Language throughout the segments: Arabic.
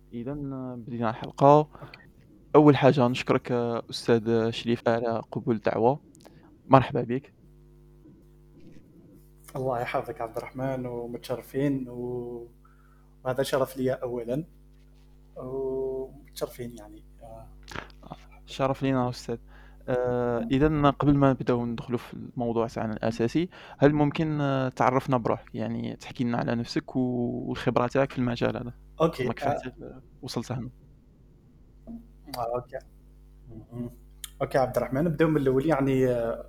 إذا بدينا الحلقة. أوكي. أول حاجة نشكرك أستاذ شريف على قبول الدعوة. مرحبا بك. الله يحفظك عبد الرحمن، ومتشرفين وهذا شرف لي أولا، ومتشرفين يعني شرف لينا أستاذ. إذا قبل ما نبداو ندخلوا في الموضوع تاعنا الأساسي، هل ممكن تعرفنا بروحك، يعني تحكي لنا على نفسك والخبرة تاعك في المجال هذا، أوكي. ما كيفاش وصلت هنا؟ أوكي. مهم. أوكي عبد الرحمن، نبدأ من الأول يعني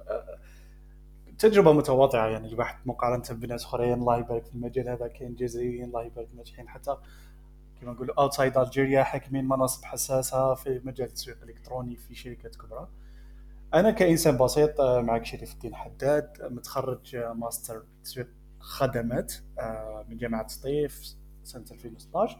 تجربة متواضعة، يعني الواحد مقارنة بناس آخرين. الله يبارك في المجال هذا، كاين جزائريين الله يبارك ناجحين، حتى كما نقولوا اوتسايد الجيريا، حاكمين مناصب حساسة في مجال التسويق الإلكتروني في شركات كبرى. أنا كإنسان بسيط، معك شريف الدين حداد، متخرج ماستر تسويق خدمات من جامعة سطيف سنة 2016.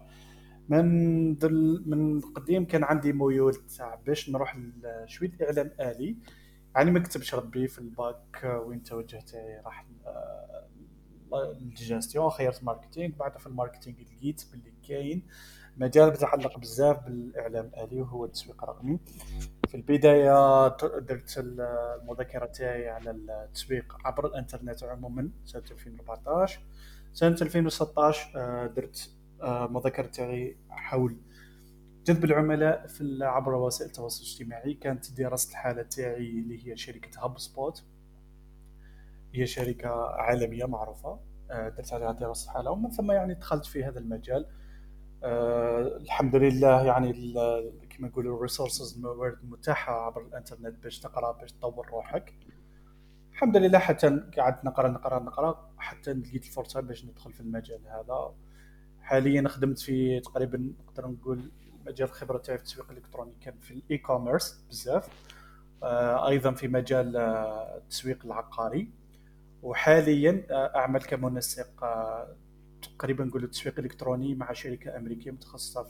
من قديم كان عندي ميول تاع باش نروح شوية الإعلام آلي. يعني ما كتبش ربي في الباك، وين توجهت راح الجاستيون، خيرت ماركتينغ. بعد في الماركتينغ لقيت باللي كاين مجال بيتعلق بزاف بالإعلام الآلي وهو التسويق الرقمي. في البداية درت المذاكرة تاعي على التسويق عبر الانترنت عموما سنة 2014. سنة 2016 درت مذاكرة تاعي حول جذب العملاء عبر وسائل التواصل الاجتماعي. كانت دراسة الحالة تاعي اللي هي شركة هاب سبوت، هي شركة عالمية معروفة. درت عليها دراسة حالة، ومن ثم يعني دخلت في هذا المجال. الحمد لله، يعني كما نقولوا الريسورسز، الموارد المتاحة عبر الانترنت باش تقرا باش تطور روحك. الحمد لله، حتى قعدت نقرا حتى لقيت الفرصة باش ندخل في المجال هذا. حاليا خدمت في تقريبا نقدر نقول مجال الخبرة تاعي في التسويق الإلكتروني كان في الإي كوميرس بزاف. أيضا في مجال التسويق العقاري. وحاليا أعمل كمنسق، تقريبا نقول التسويق الإلكتروني مع شركة أمريكية متخصصة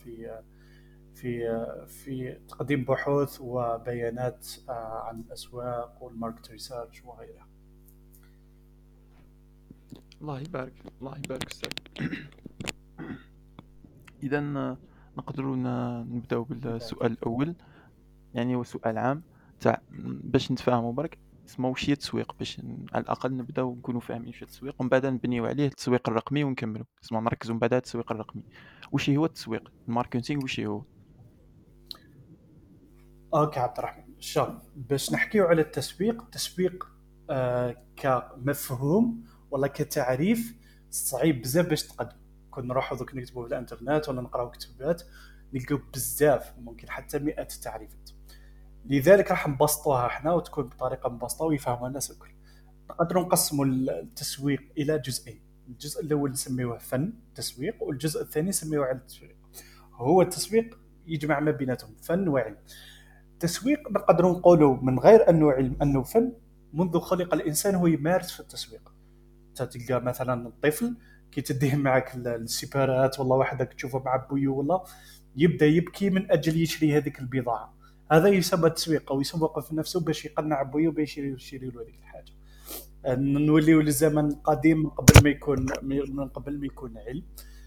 في تقديم بحوث وبيانات عن الأسواق والماركت ريسيرش وغيرها. الله يبارك، الله يبارك أستاذ. إذا نقدروا نبداو يبارك بالسؤال فيك. الأول. يعني هو سؤال عام تاع باش نتفاهموا برك. اسمه واش هي التسويق، باش على الأقل نبداو نكونوا فاهمين واش هي التسويق، ومن بعد نبنيو عليه التسويق الرقمي ونكملوا. اسمه نركزوا من بعد على التسويق الرقمي. واش هو التسويق الماركتينغ، واش هو؟ اوكي عبد الرحمن، شوف، باش نحكيو على التسويق كمفهوم ولا كتعريف صعيب بزاف باش تقدم. كنا نروحو دوك نكتبوا في الانترنت ولا نقراو كتابات، نلقاو بزاف، ممكن حتى 100 تعريفات. لذلك راح نبسطوها احنا وتكون بطريقه مبسطه ويفهمها الناس الكل. نقدروا نقسموا التسويق الى جزئين. الجزء الاول نسميوه فن التسويق، والجزء الثاني نسميوه علم التسويق. هو التسويق يجمع ما بيناتهم فن وعلم. التسويق نقدروا نقولوا من غير انه علم انه فن. منذ خلق الانسان هو يمارس في التسويق. تلقى مثلا الطفل كي تديه معك السيبرات، والله وحدك تشوفه مع بويو، والله يبدا يبكي من اجل يشري هذيك البضاعه. هذا يسمى تسويق، او يسوق في نفسه باش يقنع بويو باش يشري له هذيك الحاجه. نوليو للزمن القديم، من قبل ما يكون علم.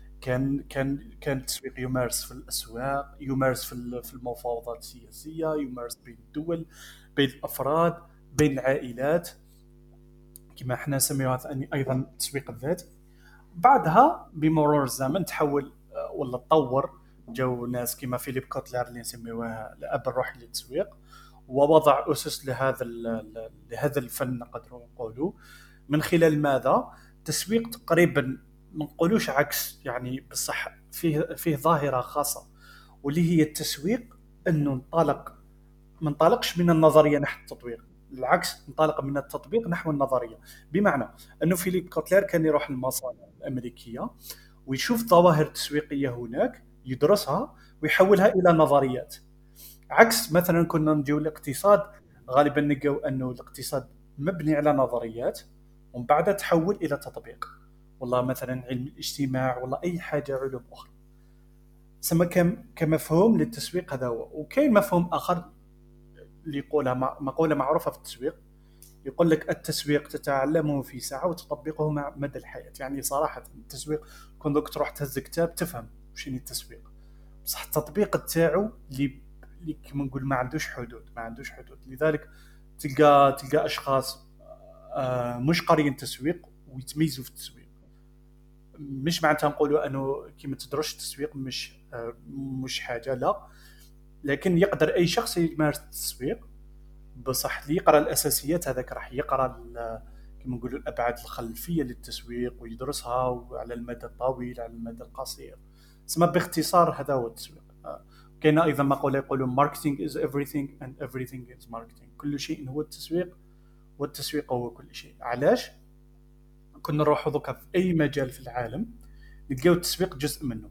كان التسويق يمارس في الاسواق، يمارس في المفاوضات السياسيه، يمارس بين الدول، بين الافراد، بين العائلات، كما احنا نسميوها ايضا التسويق الذاتي. بعدها بمرور الزمن تحول ولا تطور. جو ناس كما فيليب كوتلر اللي نسميوه الاب الروحي للتسويق، ووضع اسس لهذا الفن نقدر نقولوا. من خلال ماذا؟ تسويق تقريبا ما نقولوش عكس يعني، بصح فيه ظاهره خاصه، واللي هي التسويق انه ما انطلقش من النظريه نحو التطبيق، بالعكس انطلق من التطبيق نحو النظريه. بمعنى انه فيليب كوتلر كان يروح المصانع الامريكيه ويشوف ظواهر تسويقيه هناك، يدرسها ويحولها الى نظريات. عكس مثلا كنا نجيو الاقتصاد، غالبا نلقاو انه الاقتصاد مبني على نظريات ومن بعد تحول الى تطبيق. والله مثلا علم الاجتماع، والله اي حاجه علوم اخرى. سما كمفهوم للتسويق هذا هو. وكاين مفهوم اخر اللي يقولها مقوله معروفه في التسويق، يقول لك التسويق تتعلمه في ساعه وتطبقه مع مدى الحياه. يعني صراحه التسويق كون دوك تروح تهز كتاب تفهم وش يعني التسويق. بصح التطبيق تاعو اللي كما نقول ما عندوش حدود، ما عندوش حدود. لذلك تلقى اشخاص مش قاريين تسويق ويتميزوا في التسويق. مش معناتها نقولوا انه كي تدرش التسويق مش حاجه، لا، لكن يقدر اي شخص يمارس التسويق، بصح اللي يقرا الاساسيات هذاك راح يقرا كما نقولوا الابعاد الخلفيه للتسويق ويدرسها، وعلى المدى الطويل على المدى القصير. اسمها باختصار هذا هو التسويق. كاين ايضا مقوله يقولون marketing is everything and everything is marketing. كل شيء هو التسويق والتسويق هو كل شيء. علاش؟ كنا نروحوا دوكا في اي مجال في العالم نلقاو التسويق جزء منه.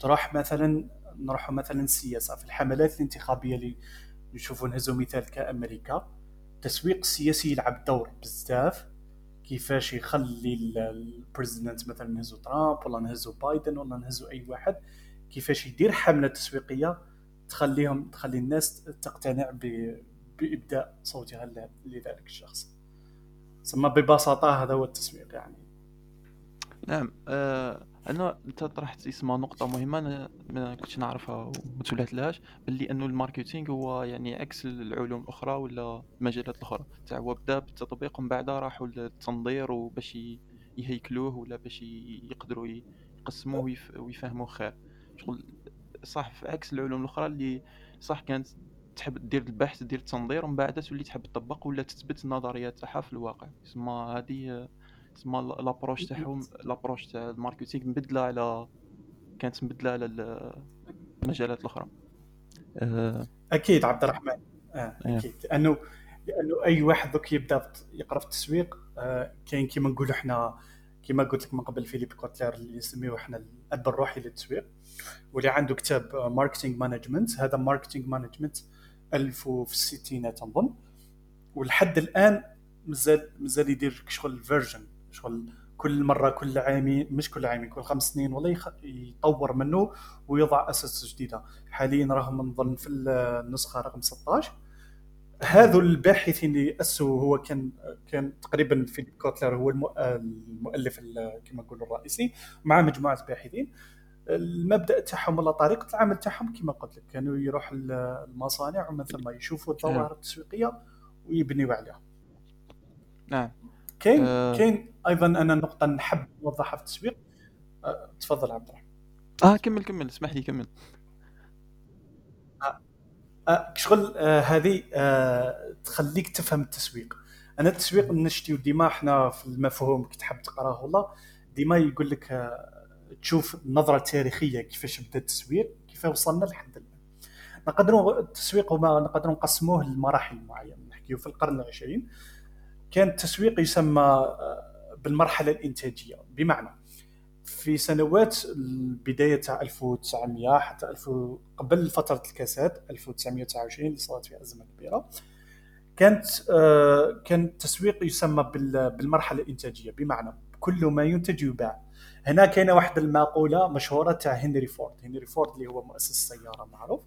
نروحوا مثلا السياسه في الحملات الانتخابيه اللي نشوفوا، نهزوا مثال كامريكا، التسويق السياسي يلعب دور بزاف. كيفاش يخلي البريزيدنت مثلا نهزوا ترامب ولا نهزوا بايدن ولا نهزوا اي واحد، كيفاش يدير حمله تسويقيه تخلي الناس تقتنع بابداء صوتها لذلك الشخص. ثم ببساطه هذا هو التسويق يعني. نعم. انا انت طرحت اسمها نقطه مهمه، انا ما كنتش نعرفها وما تولهتلهاش، باللي انه الماركتينغ هو يعني عكس العلوم الاخرى ولا المجالات الاخرى تاع. هو بدا بالتطبيق ومن بعد راحوا للتنظير وباش يهيكلوه ولا باش يقدروا يقسموه ويفهموه خير. شغل صح، في عكس العلوم الاخرى اللي صح كانت تحب دير البحث دير التنظير ومن بعد تولي تحب تطبق ولا تثبت النظريات تاعها في الواقع. تسمى هذه تسمى لابروش تاعهم، لابروش تاع الماركتينغ كانت مبدله على المجالات الاخرى. اكيد عبد الرحمن. أيه. اكيد لانه اي واحد دوك يبدا يقرا في التسويق، كاين كيما نقولوا احنا، كيما قلت لك من قبل فيليب كوتلر اللي نسميوه احنا الاب الروحي للتسويق، واللي عنده كتاب ماركتينج مانجمنت. هذا ماركتينج مانجمنت الفوا في الستينات نظن، ولحد الان مازال يدير شغل فيرجن، شغل كل مره كل عامين، مش كل عامين، كل 5 سنين ولا يطور منه ويضع اسس جديده. حاليا راهم نظن في النسخه رقم 16. هذو الباحثين اللي اسسوا، هو كان تقريبا في كوتلر هو المؤلف كما نقولوا الرئيسي مع مجموعه باحثين. المبدا تاعهم ولا طريقه العمل تاعهم كما قلت لك، كانوا يروحوا المصانع ومن ثم يشوفوا الظواهر التسويقيه ويبنيوا عليها. نعم. كاين ايضا انا نقطه نحب نوضحها في التسويق. تفضل عبد الرحمن. كمل اسمح لي كمل. شغل هذه تخليك تفهم التسويق. انا التسويق نشتيو ديما احنا في المفهوم كي تحب تقراه والله ديما يقول لك تشوف النظره التاريخيه كيفاش بدا التسويق، كيف وصلنا لحد الان. نقدروا التسويق وما نقدروا نقسموه لمراحل معينه. نحكيو في القرن العشرين كان التسويق يسمى بالمرحله الانتاجيه، بمعنى في سنوات البدايه تاع 1900 حتى قبل فتره الكاسات 1929 اللي صارت فيها ازمه كبيره، كان التسويق يسمى بالمرحله الانتاجيه، بمعنى كل ما ينتج يباع. هنا كاينه واحده المقوله مشهوره تاع هنري فورد اللي هو مؤسس السياره معروف،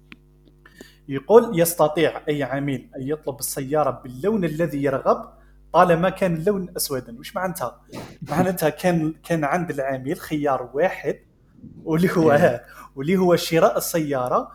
يقول يستطيع اي عميل ان يطلب السياره باللون الذي يرغب طالما كان اللون اسودا. وش معناتها؟ معناتها كان عند العميل خيار واحد، واللي هو شراء السياره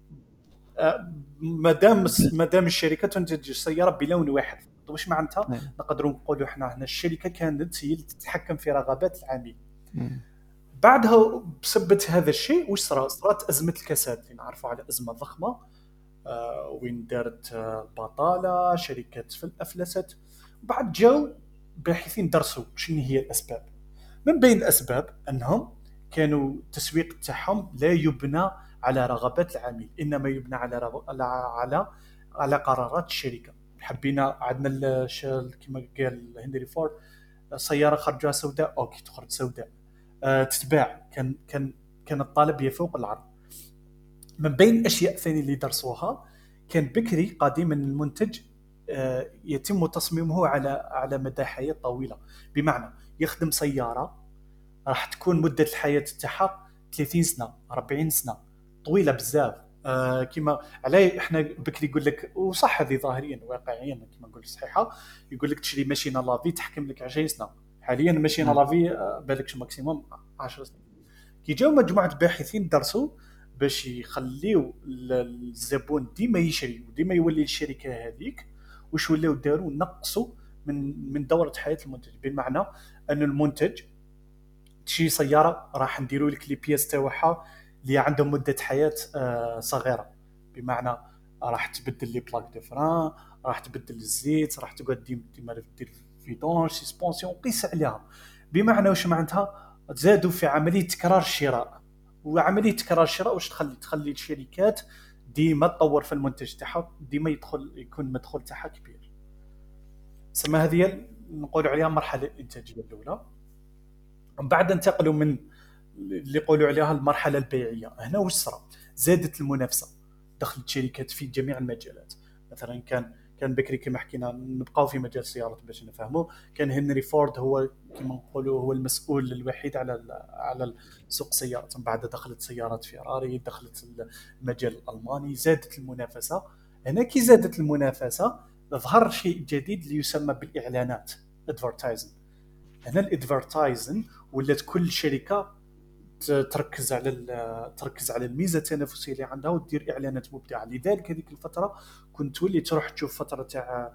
ما دام الشركه تنتج السياره بلون واحد. واش معناتها؟ نقدروا نقولوا احنا هنا الشركه كانت هي اللي تتحكم في رغبات العميل. بعدها بسبب هذا الشيء وش صارت ازمه الكساد اللي نعرفوا على ازمه ضخمه، وين دارت بطاله، شركات افلست. بعد جاو باحثين درسوا شنو هي الاسباب. من بين الاسباب انهم كانوا التسويق تاعهم لا يبنى على رغبات العميل، انما يبنى على قرارات الشركه. حبينا عندنا كما قال هنري فورد، سياره خرجها سوداء اوكي تخرج سوداء، تتباع. كان الطلب يفوق العرض. من بين الاشياء الثانيه اللي درسوها، كان بكري قديما المنتج يتم تصميمه على مدى حياه طويله، بمعنى يخدم سياره راح تكون مده الحياه تاعها 30 سنه 40 سنه، طويله بزاف. كما علي احنا بكري يقول لك، وصح هذه ظاهريا واقعيا كما نقول صحيحه، يقول لك تشري ماشينه لافي تحكم لك 20 سنه. حاليا ماشينه لافي بالك شو ماكسيموم 10 سنين. كي جاو مجموعه باحثين درسوا باش يخليو الزبون ديما يشري وديما يولي الشركه هذيك، واش ولاو داروا نقصوا من دوره حياه المنتج. بمعنى ان المنتج تشي سياره راح نديروا لك لي بياس تاعها اللي عندهم مده حياه صغيره. بمعنى راح تبدل لي بلاك دو فران، راح تبدل الزيت، راح تقعد ديما دير فيدون سسبونسيون قيس عليها. بمعنى واش معناتها زادوا في عمليه تكرار الشراء. وعمليه تكرار الشراء واش تخلي الشركات ديما تطور في المنتج تاعها، ديما يكون مدخول تاعها كبير. سما هذه نقول عليها المرحله الانتاجيه الاولى. ومن بعد ننتقلوا من اللي يقولوا عليها المرحله البيعيه. هنا واش صرا؟ زادت المنافسه، دخلت شركات في جميع المجالات. مثلا كان بكري كما حكينا نبقاو في مجال السيارات باش نفهموا، كان هنري فورد هو كما نقولوا هو المسؤول الوحيد على سوق السيارات. من بعد دخلت سيارات فيراري، دخلت المجال الالماني، زادت المنافسه. هنا كي زادت المنافسه ظهر شيء جديد اللي يسمى بالاعلانات، ادفرتايزنج. هنا الادفرتايزنج ولات كل شركه تركز على الميزه التنافسيه اللي عندها ودير اعلانات مبدعه. لذلك هذيك الفتره كنت تولي تروح تشوف فتره تاع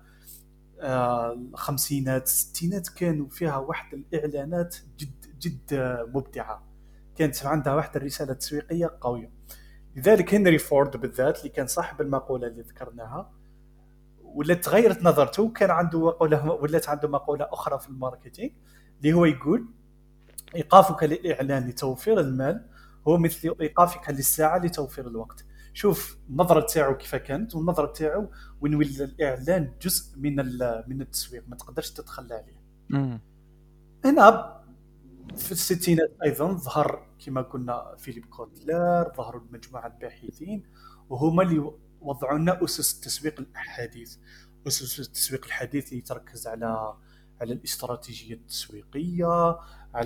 الخمسينات الستينات كانوا فيها واحد الاعلانات جد جد مبدعه، كانت عندها واحد الرساله تسويقيه قويه. لذلك هنري فورد بالذات اللي كان صاحب المقوله اللي ذكرناها ولات تغيرت نظرته، كان عنده مقوله ولات عنده مقوله اخرى في الماركتينغ اللي هو يقول: إيقافك للإعلان لتوفير المال هو مثل إيقافك للساعة لتوفير الوقت. شوف النظرة تاعو كيف كانت، والنظرة تاعو وين ولا الإعلان جزء من التسويق ما تقدرش تتخلى عليه. مم. هنا في الستينات أيضا ظهر كما قلنا فيليب كوتلر، ظهروا مجموعة الباحثين وهما اللي وضعوا لنا أسس التسويق الحديث. أسس التسويق الحديث اللي تركز على الاستراتيجية التسويقية،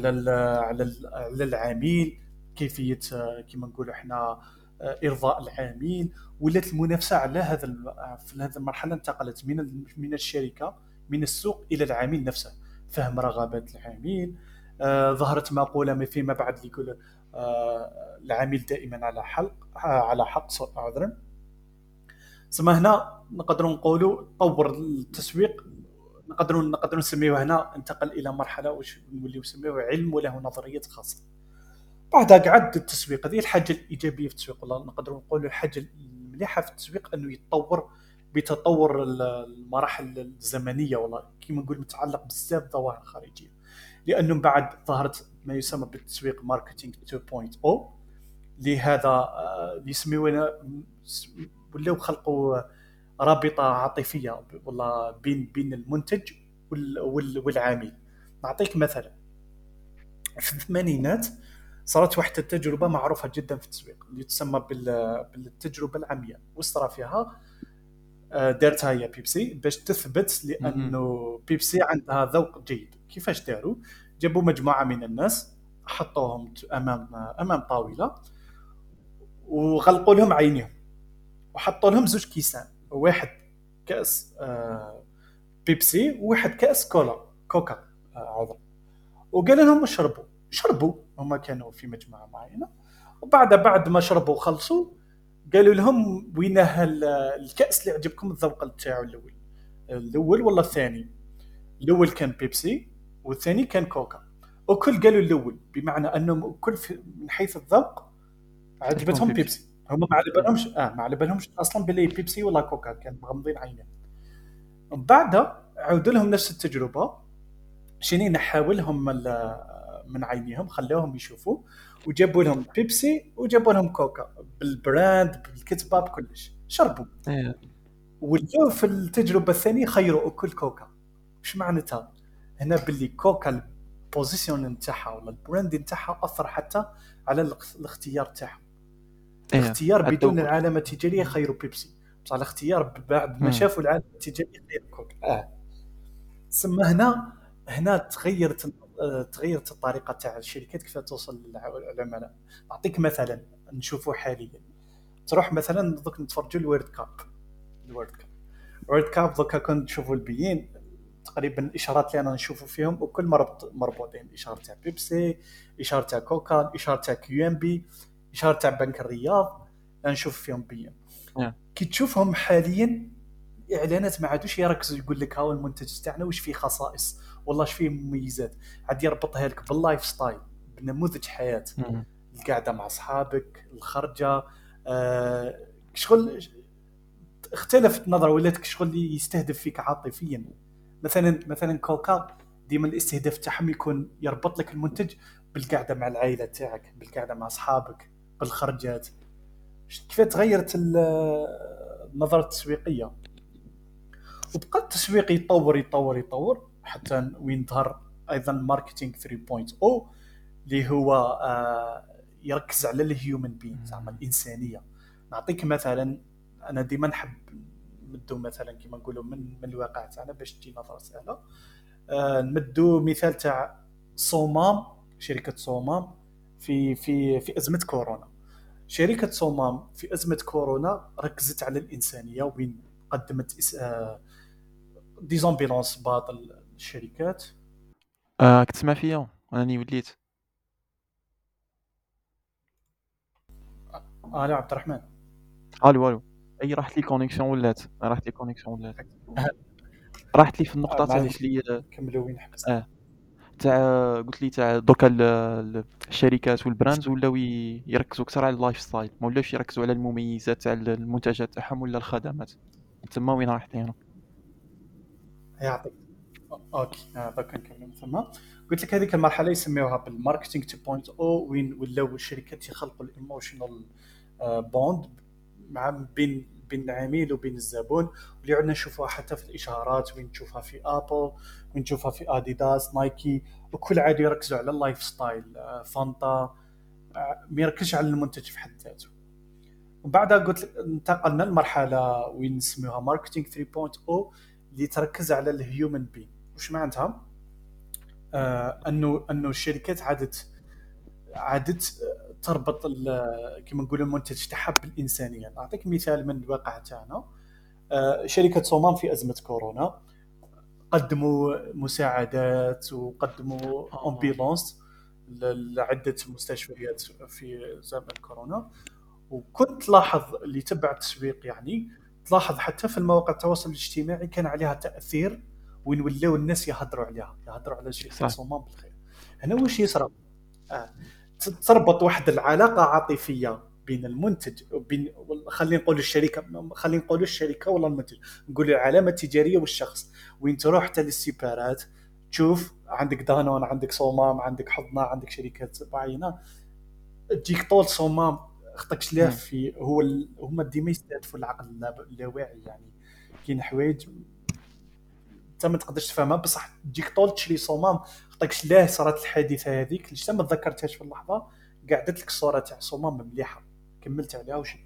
على العميل، كيفية كما نقولوا احنا إرضاء العميل. ولات المنافسة على في هذه المرحلة انتقلت من الشركة من السوق إلى العميل نفسه، فهم رغبات العميل. ظهرت مقولة فيما بعد اللي يقول العميل دائما على حق عذرا. ثم هنا نقدروا نقولوا طور التسويق، نقدروا نسميه هنا انتقل الى مرحله واش نوليو نسميوه علم وله نظريات خاصه. بعدها قعد التسويق، هذه الحاجه الايجابيه في التسويق، والله نقدروا نقولوا الحاجه المليحه في التسويق انه يتطور بتطور المراحل الزمنيه، والله كيما نقول متعلق بزاف بالظواهر الخارجيه. لانه من بعد ظهرت ما يسمى بالتسويق ماركتينغ 2.0 لهذا اللي يسميونه ولاو خلقوا رابطه عاطفيه والله بين المنتج والعامل. نعطيك مثلا، في الثمانينات صارت واحدة التجربة معروفة جدا في التسويق اللي تسمى بالتجربة العمياء. وصار فيها دارتها هي بيبسي باش تثبت لأنه بيبسي عندها ذوق جيد. كيفاش داروا؟ جابوا مجموعة من الناس حطوهم أمام طاولة وغلقوا لهم عينيهم وحطوا لهم زوج كيسان، واحد كأس بيبسي وواحد كأس كوكا عذر، وقال لهم شربوا. هما كانوا في مجموعة معينة، بعد ما شربوا وخلصوا قالوا لهم وينها الكأس اللي عجبكم الذوق تاعو الأول ولا الثاني؟ الأول كان بيبسي والثاني كان كوكا. وكل قالوا الأول، بمعنى أنهم كل من حيث الذوق عجبتهم بيبسي. هم ما على بالهمش اصلا بلي بيبسي ولا كوكا، كان مغمضين عينيهم. ومن بعد عودوا لهم نفس التجربه، شنو نحاولهم من عينيهم، خلوهم يشوفوا وجابوا لهم بيبسي وجابوا لهم كوكا بالبراند بالكتبه بكلش، شربوا. ولاو في التجربه الثانيه خيروا كل كوكا. واش معناتها هنا؟ باللي كوكا البوزيشن نتاعها ولا البراند نتاعها اثر حتى على الاختيار تاعهم. الاختيار بدون العلامه التجاريه خير بيبسي، بصح الاختيار بعد ما شافوا العلامه التجاريه خير كوكا. ثم هنا تغيرت الطريقه تاع الشركات كيف توصل للعملاء. نعطيك مثلا نشوفوا حاليا، تروح مثلا دوك نتفرجوا الورد كاب دوكا كنت تشوفوا البيين تقريبا الاشارات اللي انا نشوفوا فيهم وكل مربوطين، اشاره تاع بيبسي، اشاره تاع كوكا، اشاره تاع كيو ام بي. اشاره تاع بنك الرياض نشوف فيهم بيان. ياه. كي تشوفهم حاليا اعلانات ما عادوش يركزوا يقول لك هاو المنتج تاعنا واش فيه خصائص والله اش فيه مميزات، عاد يربطها لك باللايف ستايل، بنموذج حياه، مم. القعده مع اصحابك، الخرجه. شغل اختلفت النظره، ولات شغل يستهدف فيك عاطفيا. مثلا كوكا ديما الاستهداف تاعهم يكون يربط لك المنتج بالقعده مع العائله تاعك، بالقعده مع اصحابك، بالخرجات. كيف تغيرت النظره التسويقيه، وبقى التسويق يتطور يتطور يتطور حتى وين ظهر ايضا ماركتينغ 3.0 اللي هو يركز على الهيومن بين، زعما الانسانيه. نعطيك مثلا، انا ديما نحب نمدو مثلا كما نقولوا من الواقع تاعنا باش تجي نظره سهله. نمدو مثال تاع صومام، شركه صومام في ازمه كورونا. شركه صومام في ازمه كورونا ركزت على الانسانيه، وين قدمت دي زومبيلونس باطل الشركات. كتسمع فيا انني وليت. لا عبد الرحمن. الو الو. اي راحت لي كونيكسيون ولات. راحت لي في النقطه تاع معليش، قلت لي. كملوا وين حبست. اه. تاع قلت لي تاع دوكا الشركات والبراندز ولاو يركزوا اكثر على اللايف ستايل، ما ولاوش يركزوا على المميزات تاع المنتجات تاعهم ولا الخدمات. تما وين راحت لي انا. يعطيك. اوكي، دوك نكمل من ثم. قلت لك هذيك المرحله يسميوها بالماركتينغ 2.0، وين ولاو الشركات يخلقوا الايموشنال بوند مع بين العميل وبين الزبون، واللي عندنا نشوفوها حتى في الاشهارات، وين تشوفها في ابل، وين تشوفها في اديداس، نايكي، وكل عادي يركزوا على اللايف ستايل. فانتا ما يركزش على المنتج في حد ذاته. وبعدها قلت لك انتقلنا لمرحله وين نسميوها ماركتينغ 3.0 اللي تركز على الهيومن بين. وش معناتها؟ انه الشركات عادت تربط كما نقولوا المنتج تاعها بالانسانيه. نعطيك مثال من الواقع تاعنا. شركه صومام في ازمه كورونا قدموا مساعدات وقدموا اه. امبيلونس لعده مستشفيات في زمن كورونا. وكنت تلاحظ اللي تبع التسويق يعني، تلاحظ حتى في المواقع التواصل الاجتماعي كان عليها تاثير، وين ولاو الناس يهضروا عليها، يهضروا على شركه صح. صومام بالخير. هنا واش يصرى؟ تربط واحد العلاقه عاطفيه بين المنتج وبين، خلينا نقول الشركه، خلينا نقول الشركه ولا المنتج، نقول العلامه التجاريه والشخص. وين تروح حتى للسيبارات تشوف عندك دانون، عندك صومام، عندك حضنه، عندك شركات معينه، تجيك طول صومام خطك لاف مم. في هو هما ديما يستهدفوا العقل اللاواعي يعني. كاين حوايج انت ما تقدرش تفهمها بصح تجيك طول تشري صومام خطك شلاه صارت الحادثه هذيك اللي حتى ما تذكرتهاش في اللحظه، قعدت لك الصوره تاع صومام مليحه، كملت عليها وشريت.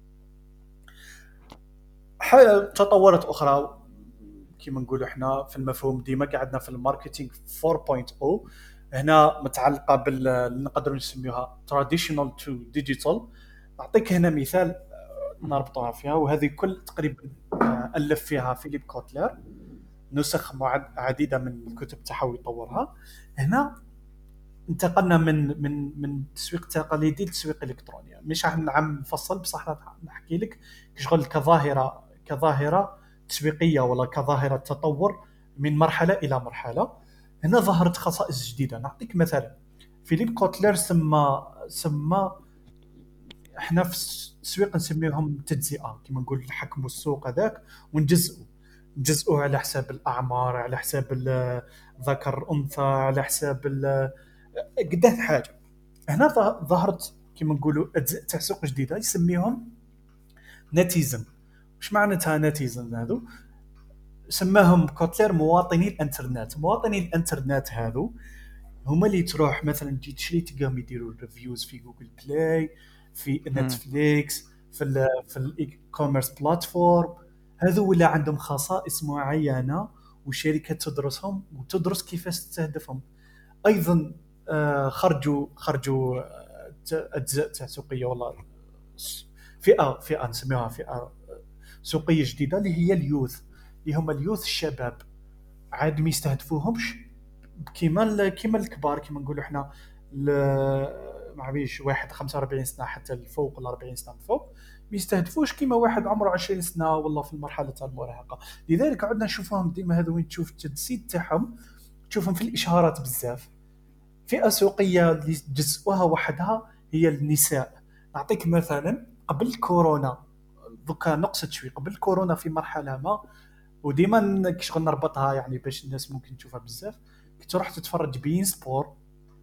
تطورات اخرى كيما نقولوا احنا في المفهوم ديما قعدنا في الماركتينغ 4.0. هنا متعلقه نقدروا نسميوها تراديشنال تو ديجيتال. نعطيك هنا مثال نربطها فيها، وهذه كل تقريبا الف فيها فيليب كوتلر، نسخ عديده من الكتب تاعو يطورها. هنا انتقلنا من التسويق التقليدي للتسويق الالكتروني. مش راح نعم نفصل بصح راح نحكي لك شغل كظاهره تسويقيه ولا كظاهره تطور من مرحله الى مرحله. هنا ظهرت خصائص جديده. نعطيك مثلا، فيليب كوتلر سمى احنا في التسويق نسميهم تجزئه، كما نقول نحكموا السوق هذاك نجزئوه على حساب الاعمار، على حساب ذكر انثى، على حساب قداه حاجه. هنا ظهرت كما نقولوا اجزاء تاع سوق جديده يسميهم نتيزن. وش معناتها نتيزن هذو؟ سماهم كوتلر مواطني الانترنت. مواطني الانترنت هذو هما اللي تروح مثلا تجي تشري تلقاهم يديروا الريفيوز في جوجل بلاي، في مم. نتفليكس، في الاي كوميرس بلاتفورم. هذو ولا عندهم خصائص معينه، والشركه تدرسهم وتدرس كيفاش تستهدفهم. ايضا خرجوا اجزاء تسويقيه والله، فئه نسميها فئه سوقيه جديده اللي هي اليوث، اللي هم اليوث الشباب. عاد ما يستهدفوهمش كيما الكبار، كيما نقولوا احنا ما عرفيش واحد 45 سنه حتى الفوق ولا 40 سنه الفوق، ما يستهدفوش كيما واحد عمره 20 سنه ولا في المرحله تاع المراهقه. لذلك عدنا نشوفوهم ديما هذو وين تشوف التجسيد تاعهم، تشوفهم في الاشهارات بزاف. فئه سوقيه اللي جزءها وحدها هي النساء. نعطيك مثلا قبل كورونا، دوكا نقصد شوي قبل كورونا في مرحله ما، وديما كي شغل نربطها يعني باش الناس ممكن تشوفها بزاف، كنت تروح تتفرج بين سبور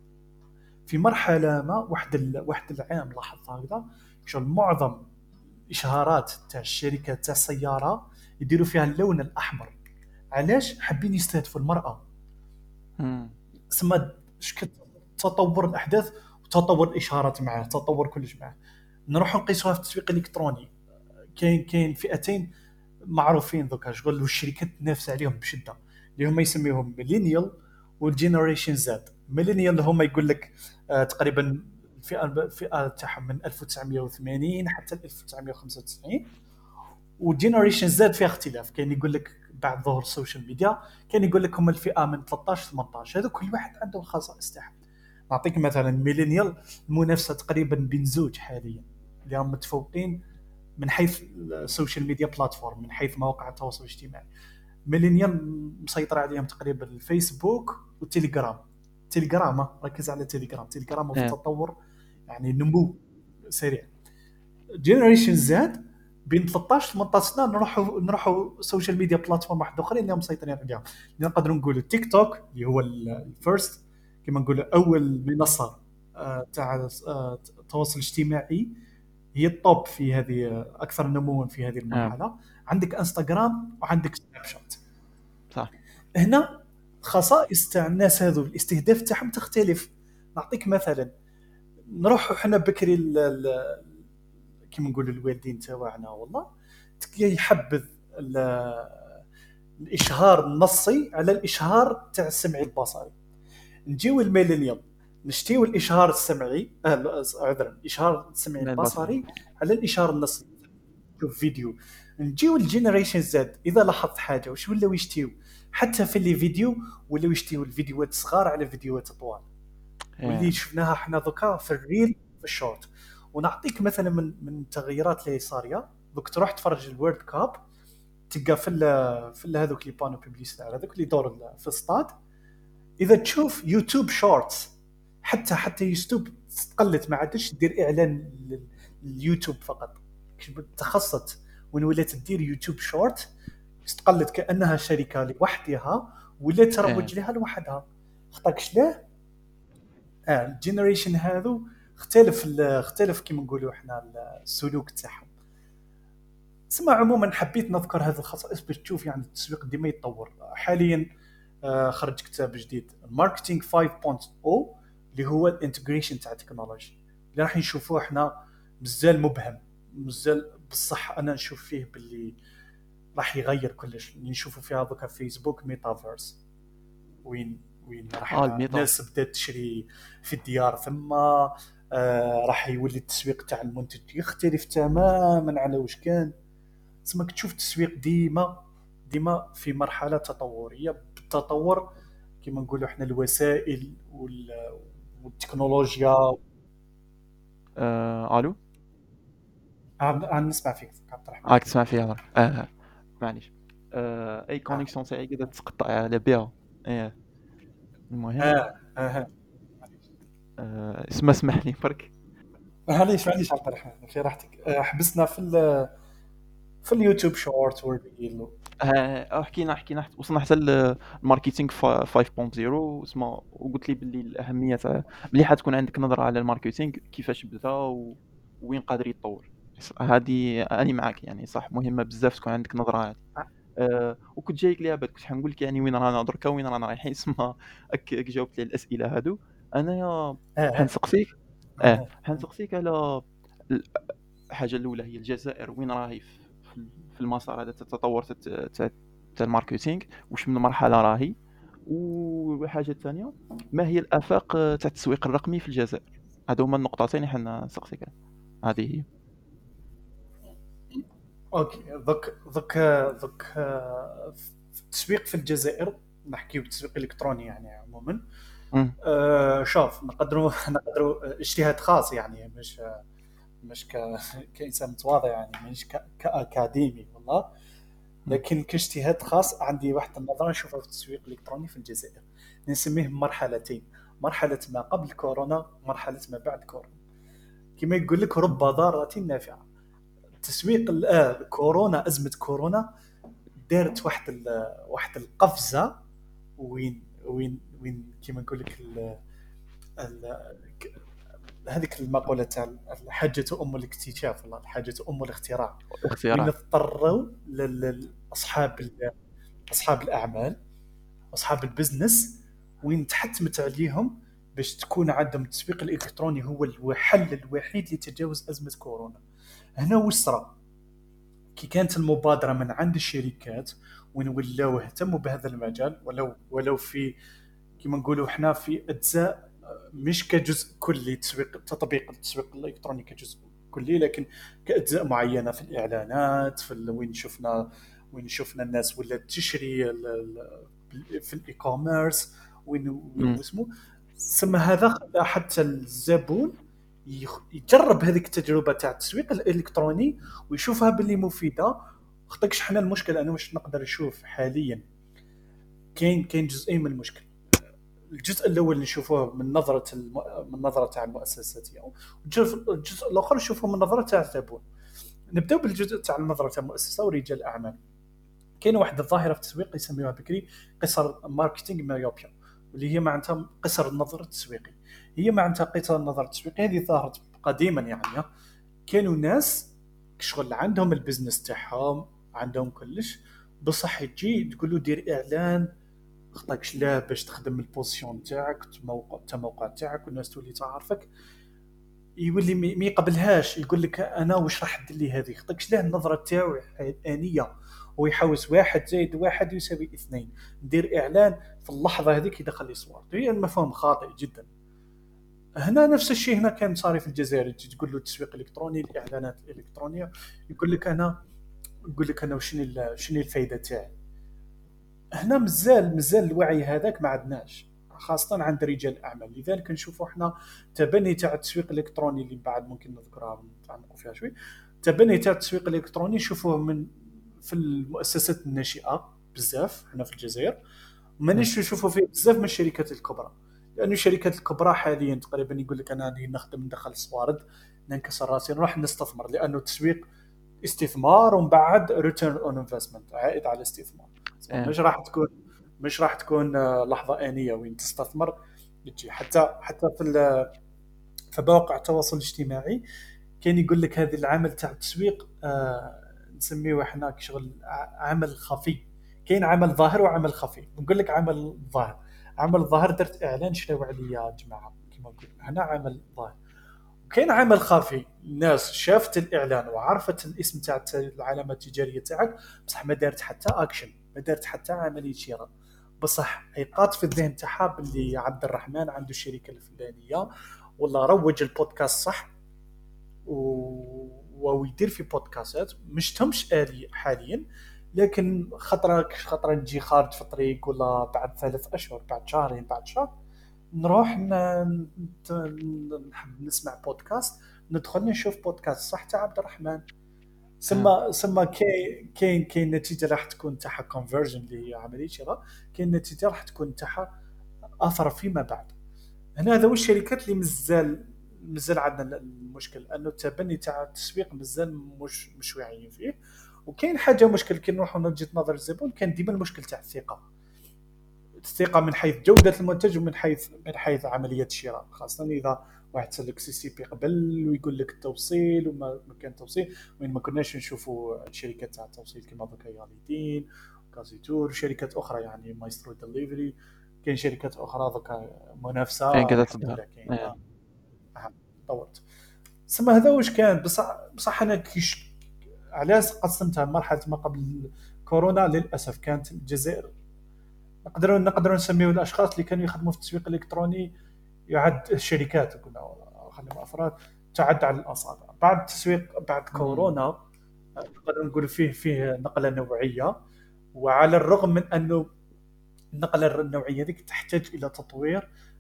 في مرحله ما، واحد العام لاحظت هكذا، شغل معظم اشهارات تاع الشركات تاع السياره يديروا فيها اللون الاحمر. علاش؟ حابين يستهدفوا المراه. إمم. سما شكل تطور الاحداث وتطور الاشهارات معاه، تطور كلش معاه. نروحوا نقيسوها في التسويق الالكتروني. كاين فئتين معروفين دوكا شغل والشركات تنافس عليهم بشده، اللي هما يسميهم ميلينيال والجينيريشن زاد. ميلينيال هما يقول لك تقريبا الفئه تاعهم من 1980 حتى 1995. وجينيريشن زاد فيها اختلاف، كاين يقول لك بعد ظهور السوشيال ميديا، كاين يقول لك هم الفئه من 13 18. هذا كل واحد عنده الخصائص تاعه. نعطيك مثلا ميلينيال المنافسه تقريبا بين زوج حاليا اللي هم متفوقين من حيث السوشيال ميديا بلاتفورم، من حيث مواقع التواصل الاجتماعي. ميلينيال مسيطر عليهم تقريبا الفيسبوك والتليجرام. تليجرام ركز على تليجرام، تليجرام في تطور يعني نمو سريع. جينيريشن زاد بين 13 18 سنه نروحوا سوشيال ميديا بلاتفورم واحد اخرين اللي هم مسيطرين عليهم، اللي نقدروا نقولوا تيك توك اللي هو الفيرست، كما نقولوا اول منصه تاع التواصل الاجتماعي، هي الطوب في هذه، اكثر نموا في هذه المرحله. عندك انستغرام وعندك سناب شات. صح. هنا خصائص تاع الناس هذو الاستهداف تاعهم تختلف. نعطيك مثلا، نروحوا احنا بكري كيما نقولوا الوالدين تاعنا والله يحبذ الاشهار النصي على الاشهار تاع السمعي البصري. نجيو الميلينيوم نشتيو الاشهار السمعي عذرا الاشهار السمعي البصري على الاشهار النصي، شوف فيديو. نجيو الجينيريشن زد، اذا لاحظت حاجه واش ولاو يشتيو حتى في اللي فيديو، ولاو يشتيو الفيديوهات الصغار على فيديوهات طوال، واللي شفناها احنا دوكا في الريل في الشورت. ونعطيك مثلا من التغيرات اللي صاريه دوك، تروح تفرج الورد كاب، تلقى في هذوك لي بانو بيبليسيتير هذوك اللي يدور في الستاد، اذا تشوف يوتيوب شورتس، حتى يوتيوب تقلت ما عادش دير اعلان اليوتيوب فقط، تخصصت وين ولات تدير يوتيوب شورت، استقلت كانها شركه لوحدها ولا تروج لها لوحدها. خطاكش ليه الجينيريشن هذو اختلف كيما نقولوا احنا السلوك تاعهم. سمع عموما حبيت نذكر هذه الخصائص باش تشوف يعني التسويق ديما يتطور. حاليا خرج كتاب جديد ماركتينغ 5.0 اللي هو الانتجريشن تاع التكنولوجي، اللي راح نشوفوه احنا مازال مبهم، مازال بصح انا نشوف فيه باللي راح يغير كلش. نشوفوا فيها دوكا فيسبوك ميتافيرس، وين راح الناس بدات تشري في الديار، ثم راح يولي التسويق تاع المنتج يختلف تماما على واش كان. سمك تشوف التسويق ديما في مرحله تطوريه، بالتطور كما نقولوا احنا الوسائل والتكنولوجيا. الو عم نسمع فيك عبد الرحمن. تسمع فيها معليش. اي كونيكسيون تاعي قاعده تقطع على بها. المهم اسمح لي برك. معليش عبد الرحمن في راحتك. حبسنا في اليوتيوب شورت والريل. حكينا وصلنا حتى الماركتينغ 5.0 اسمه، وقلت لي باللي الاهميه تاع ملي حتكون عندك نظره على الماركتينغ كيفاش بدا وين قادر يتطور. هذه انا معاك يعني صح، مهمه بزاف تكون عندك نظره هذه. وكنت جايك ليها بعد، كنت حنقول لك يعني وين رانا دركا وين رانا رايحين. اسمها جاوبت لي الاسئله هادو. انا حنسقسيك على الحاجه الاولى هي الجزائر وين راهي في المسار هذا التطور تاع الماركتينغ، واش من مرحله راهي. والحاجه الثانيه ما هي الافاق تاع التسويق الرقمي في الجزائر. هادو هما النقطتين اللي حنا نسقسيك هذه هي. اوكي ذك التسويق في الجزائر، نحكيو بالتسويق الالكتروني يعني عموما. إمم. شوف، نقدروا اجتهاد خاص يعني، مش كإنسان متواضع يعني، مش كأكاديمي والله، إمم. لكن كاجتهاد خاص عندي واحد النظرة نشوفها في التسويق الإلكتروني في الجزائر، نسميه مرحلتين: مرحلة ما قبل كورونا، مرحلة ما بعد كورونا. كما يقول لك رب ضارة نافعة. تسويق كورونا، أزمة كورونا دارت واحد القفزة، وين كما نقول لك ال- هذيك المقولة تاع الحاجة أم الاكتشاف، والله الحاجة أم الاختراع. وين اختراع. اضطروا أصحاب الأعمال، أصحاب البزنس، وين تحتمت عليهم باش تكون عندهم التسويق الإلكتروني هو الحل الوحيد لتجاوز أزمة كورونا. هنا وش صرا؟ كي كانت المبادرة من عند الشركات وين ولاو اهتموا بهذا المجال، ولو في كما نقولوا احنا في اجزاء، مش كجزء كلي تسويق، تطبيق التسويق الالكتروني كجزء كلي، لكن كاجزاء معينه في الاعلانات، وين شفنا الناس ولات تشري في الاي كوميرس، وين إمم. اسمه سما هذا خلى حتى الزبون يجرب هذيك التجربه تاع التسويق الالكتروني ويشوفها باللي مفيده. خاطرش حنا المشكل انا واش نقدر نشوف حاليا، كاين جزئين من المشكل. الجزء الاول نشوفوه من نظره تاع المؤسسات، والجزء الاخر نشوفوه من نظره تاع الزبون. نبداو بالجزء تاع النظره تاع المؤسسه ورجال الاعمال. كاينه واحد الظاهره في التسويق يسميوها بكري قصر ماركتينغ مايوبيا، واللي هي معناتها قصر النظر التسويقي. هي معناتها قصر النظر التسويقي هذه ظهرت قديما يعني. كانوا ناس شغل عندهم البزنس تاعهم، عندهم كلش، بصح يجي تقول له دير اعلان، خطاكش لا باش تخدم البوزيشن تاعك، الموقع تاعك والناس تولي تعرفك، يولي ما يقبلهاش، يقول لك انا واش راح ندير لي هذه، خطاكش لا النظره تاعو انيه، هو يحوس 1+1=2، ندير اعلان في اللحظه هذيك يدخل لي صور. هي المفهوم خاطئ جدا. هنا نفس الشيء هنا كان صار في الجزائر، تقول له التسويق الالكتروني، الاعلانات الالكترونيه، يقول لك انا شنو الفائده تاعي. هنا مازال الوعي هذاك ما عندناش، خاصة عند رجال الأعمال. لذلك نشوفوا احنا تبني تاع التسويق الإلكتروني اللي بعد ممكن نذكرها ونتعمقوا فيها شوي. تبني تاع التسويق الإلكتروني نشوفوه في المؤسسات الناشئة بزاف هنا في الجزائر، إمم. مانيش نشوفوا فيه بزاف من الشركات الكبرى، لأن الشركات الكبرى حاليا تقريبا يقول لك أنا نخدم ندخل صوارد، ننكسر راسي نروح نستثمر، لأنه التسويق استثمار ومن بعد ريتيرن اون انفستمنت، عائد على الاستثمار. إيه. مش راح تكون لحظه انيه وين تستثمر تجي. حتى في مواقع التواصل الاجتماعي كان يقول لك هذا العمل تاع التسويق نسميه احنا شغل عمل خفي. كاين عمل ظاهر وعمل خفي. نقول لك عمل ظاهر درت اعلان شراو عليا يا جماعه كما نقول هنا عمل ظاهر. كاين عمل خفي، الناس شافت الاعلان وعرفت الاسم تاع العلامه التجاريه تاعك، بصح ما دارت حتى اكشن، ما دارت حتى عمليه شراء، بصح ايقاط في الذهن تاعها باللي عبد الرحمن عنده الشركه الفلانيه، ولا روج البودكاست صح، ويدير في بودكاستات مش تمش آلي حاليا، لكن خطره نجي خارج في الطريق، ولا بعد 3 أشهر، بعد شهرين، بعد شهر، نروح نحب نسمع بودكاست، ندخل نشوف بودكاست صح تاع عبد الرحمن. آه. ثم كاين نتيجه راح تكون تاعها كونفرجن اللي هي عمليه شراء، كاين نتيجه راح تكون تاعها اثر فيما بعد. هنا هذا هو الشركات اللي مازال عندنا المشكل، انه التبني تاع التسويق مازال مش واعيين فيه. وكاين حاجه مشكل كي نروحوا نجد نظر الزبون، كان ديما المشكل تاع الثقه من حيث جوده المنتج، ومن حيث عمليه الشراء، خاصه اذا واحد سلك CCP قبل ويقول لك التوصيل وما كان توصيل، وين ما كناش نشوفوا شركات تاع التوصيل كما دوكا ياليدين كازيتور وشركات اخرى يعني مايسترو ديليفري. كاين شركات اخرى دوكا كاين منافسه كذا الحمد تظهر. لله كاينه. إيه. طورت. سما هذا واش كان، بصح انا علاش قسمتها مرحله ما قبل كورونا. للاسف كانت الجزائر نقدروا نسميه الاشخاص اللي كانوا يخدموا في التسويق الالكتروني يعد الشركات، قلنا خلينا افراد، تعد على الاصابع. بعد التسويق بعد إمم. كورونا نقدر نقول فيه نقله نوعيه. وعلى الرغم من انه النقله النوعيه ذيك تحتاج الى تطوير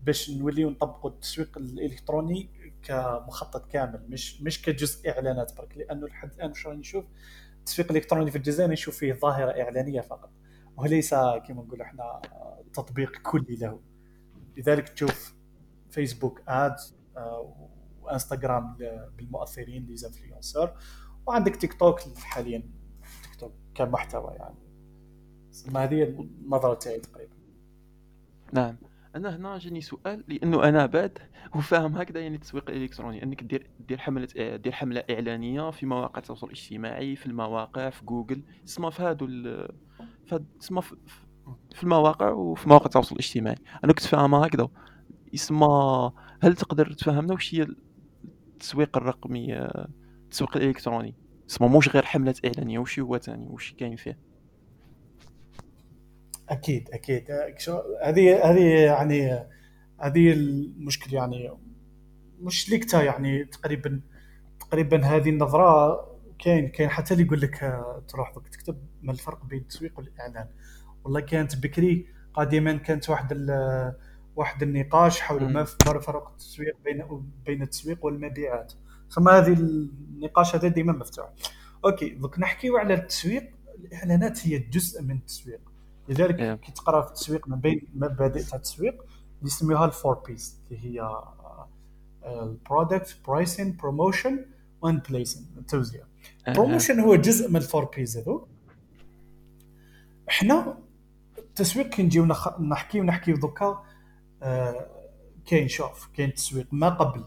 باش نوليو نطبقوا التسويق الالكتروني كمخطط كامل، مش كجزء اعلانات برك، لانه لحد الان واش راني نشوف التسويق الالكتروني في الجزائر نشوف فيه ظاهره اعلانيه فقط، وليس كما نقولوا احنا تطبيق كلي له. لذلك تشوف فيسبوك ادز وانستغرام بالمؤثرين لي زانفلونسور، وعندك تيك توك حاليا، تيك توك كمحتوى يعني. ما هذه النظره تاعي تقريبا. نعم. أنا هنا جاني سؤال، لأنه أنا بعد وفاهم هكذا يعني التسويق الإلكتروني، أنك دير حملة إعلانية في مواقع التواصل الاجتماعي، في المواقع، في جوجل، تسمى في هادو تسمى في المواقع وفي مواقع التواصل الاجتماعي. أنا كنت فاهمها هكذا يسمى. هل تقدر تفهمنا وش هي التسويق الرقمي، التسويق الإلكتروني؟ تسمى موش غير حملة إعلانية، وش هو تاني، وش كاين فيه؟ اكيد اكيد. هذه يعني هذه المشكل يعني، مش ليكتا يعني تقريبا هذه النظره. كاين حتى اللي يقول لك تروح دوك تكتب ما الفرق بين التسويق والاعلان. والله كانت بكري قديما كانت واحد النقاش حول ما فرق التسويق بين التسويق والمبيعات. ثم هذه النقاش هذا دائما مفتوح. اوكي دوك نحكيو على التسويق. الاعلانات هي جزء من التسويق. لذلك كي تقرا في التسويق من بين مبادئ تاع التسويق اللي يسميوها الفور بيز، اللي هي البرودكت، برايسين، بروموشن، وان بليسين، التوزيع. بروموشن هو جزء من الفور بيز هذو. احنا التسويق كي نجيو نحكيو دوكا كاين كاين التسويق ما قبل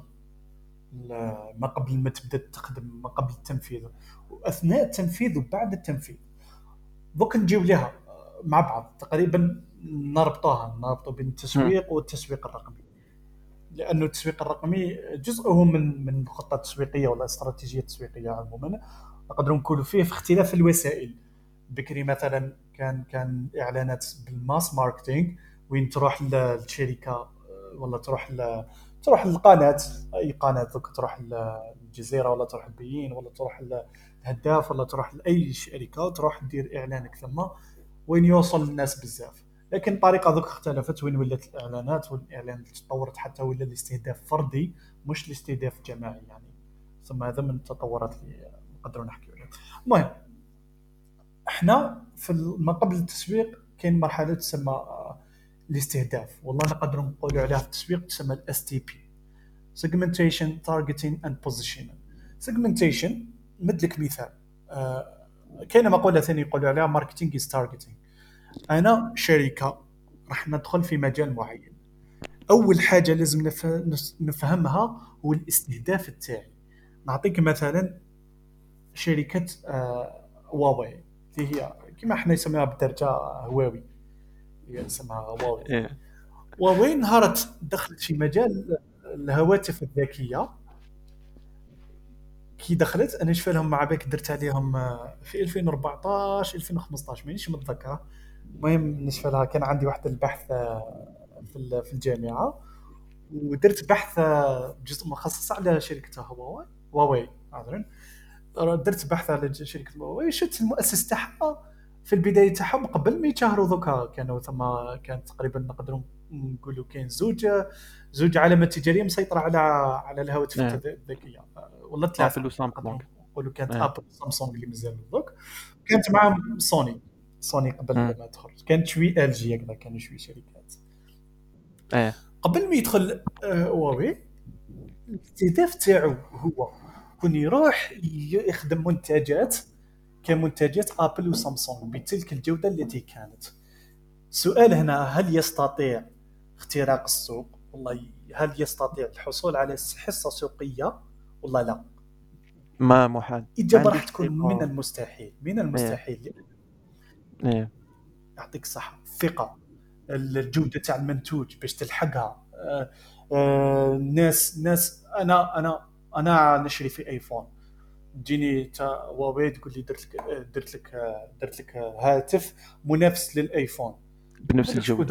ما تبدا تخدم، ما قبل التنفيذ واثناء التنفيذ وبعد التنفيذ. دوك نجيو لها مع بعض تقريبا، نربطوا بين التسويق والتسويق الرقمي، لانه التسويق الرقمي جزءه من الخطه التسويقيه ولا الاستراتيجيه التسويقيه عموما. نقدروا نقولوا فيه في اختلاف الوسائل. بكري مثلا كان اعلانات بالماس ماركتينغ، وين تروح للشركه ولا تروح للقناه، اي قناه، تروح للجزيره ولا تروح البيين ولا تروح الهداف ولا تروح لاي شركه وتروح دير اعلانك ثم وين يوصل للناس بزاف. لكن الطريقه ذوك اختلفت، وين ولات الاعلانات، والاعلان تطورت حتى ولا الاستهداف فردي مش الاستهداف جماعي يعني. ثم هذا من التطورات اللي نقدروا نحكيو عليها. المهم احنا ما قبل التسويق كاين مرحله تسمى الاستهداف، والله نقدروا نقولوا عليها في التسويق تسمى الاس تي بي، segmentation targeting and positioning. segmentation مدلك مثال، كاين مقوله ثانيه يقولوا عليها marketing is targeting. انا شركه راح ندخل في مجال معين، اول حاجه لازم نفهمها هو الاستهداف التاعي. نعطيك مثلا شركه هواوي، اللي هي كما احنا نسميها بالدرجه هواوي، هي اسمها هواوي. هواوي نهارت دخلت في مجال الهواتف الذكيه. كي دخلت انا نشوف لهم مع بالك درت عليهم في 2014 2015 مانيش متذكر. المهم نشوف لها كان عندي واحد البحث في الجامعه، ودرت بحث جزء مخصص على شركه هواوي عذرا. درت بحث على شركه هواوي، شفت المؤسس تاعها في البدايه تاعهم قبل ما يتشهروا دوكا كانوا ثم كانت تقريبا نقدروا نقولوا كاين زوج علامات تجاريه مسيطره على الهواتف الذكيه، ولا ثلاثه نقولوا كانت ابل سامسونج اللي مازال دوك، كانت معهم سوني قبل ما تخرج، كانت شوي ال جي هكذا، كانوا شوي شركات. قبل ما يدخل هواوي الاستهداف تاعو هو كون يروح يخدم منتجات كمنتجات ابل وسامسونج بتلك الجوده التي كانت. السؤال هنا هل يستطيع اختراق السوق؟ والله هل يستطيع الحصول على حصه سوقيه؟ والله لا، ما محال. الإجابة راح تكون من المستحيل. يعطيك الصحة. الثقة، الجودة تاع المنتوج باش تلحقها. الناس انا نشري في ايفون، تجيني تا هواوي تقول لي درت لك هاتف منافس للايفون بنفس الجودة.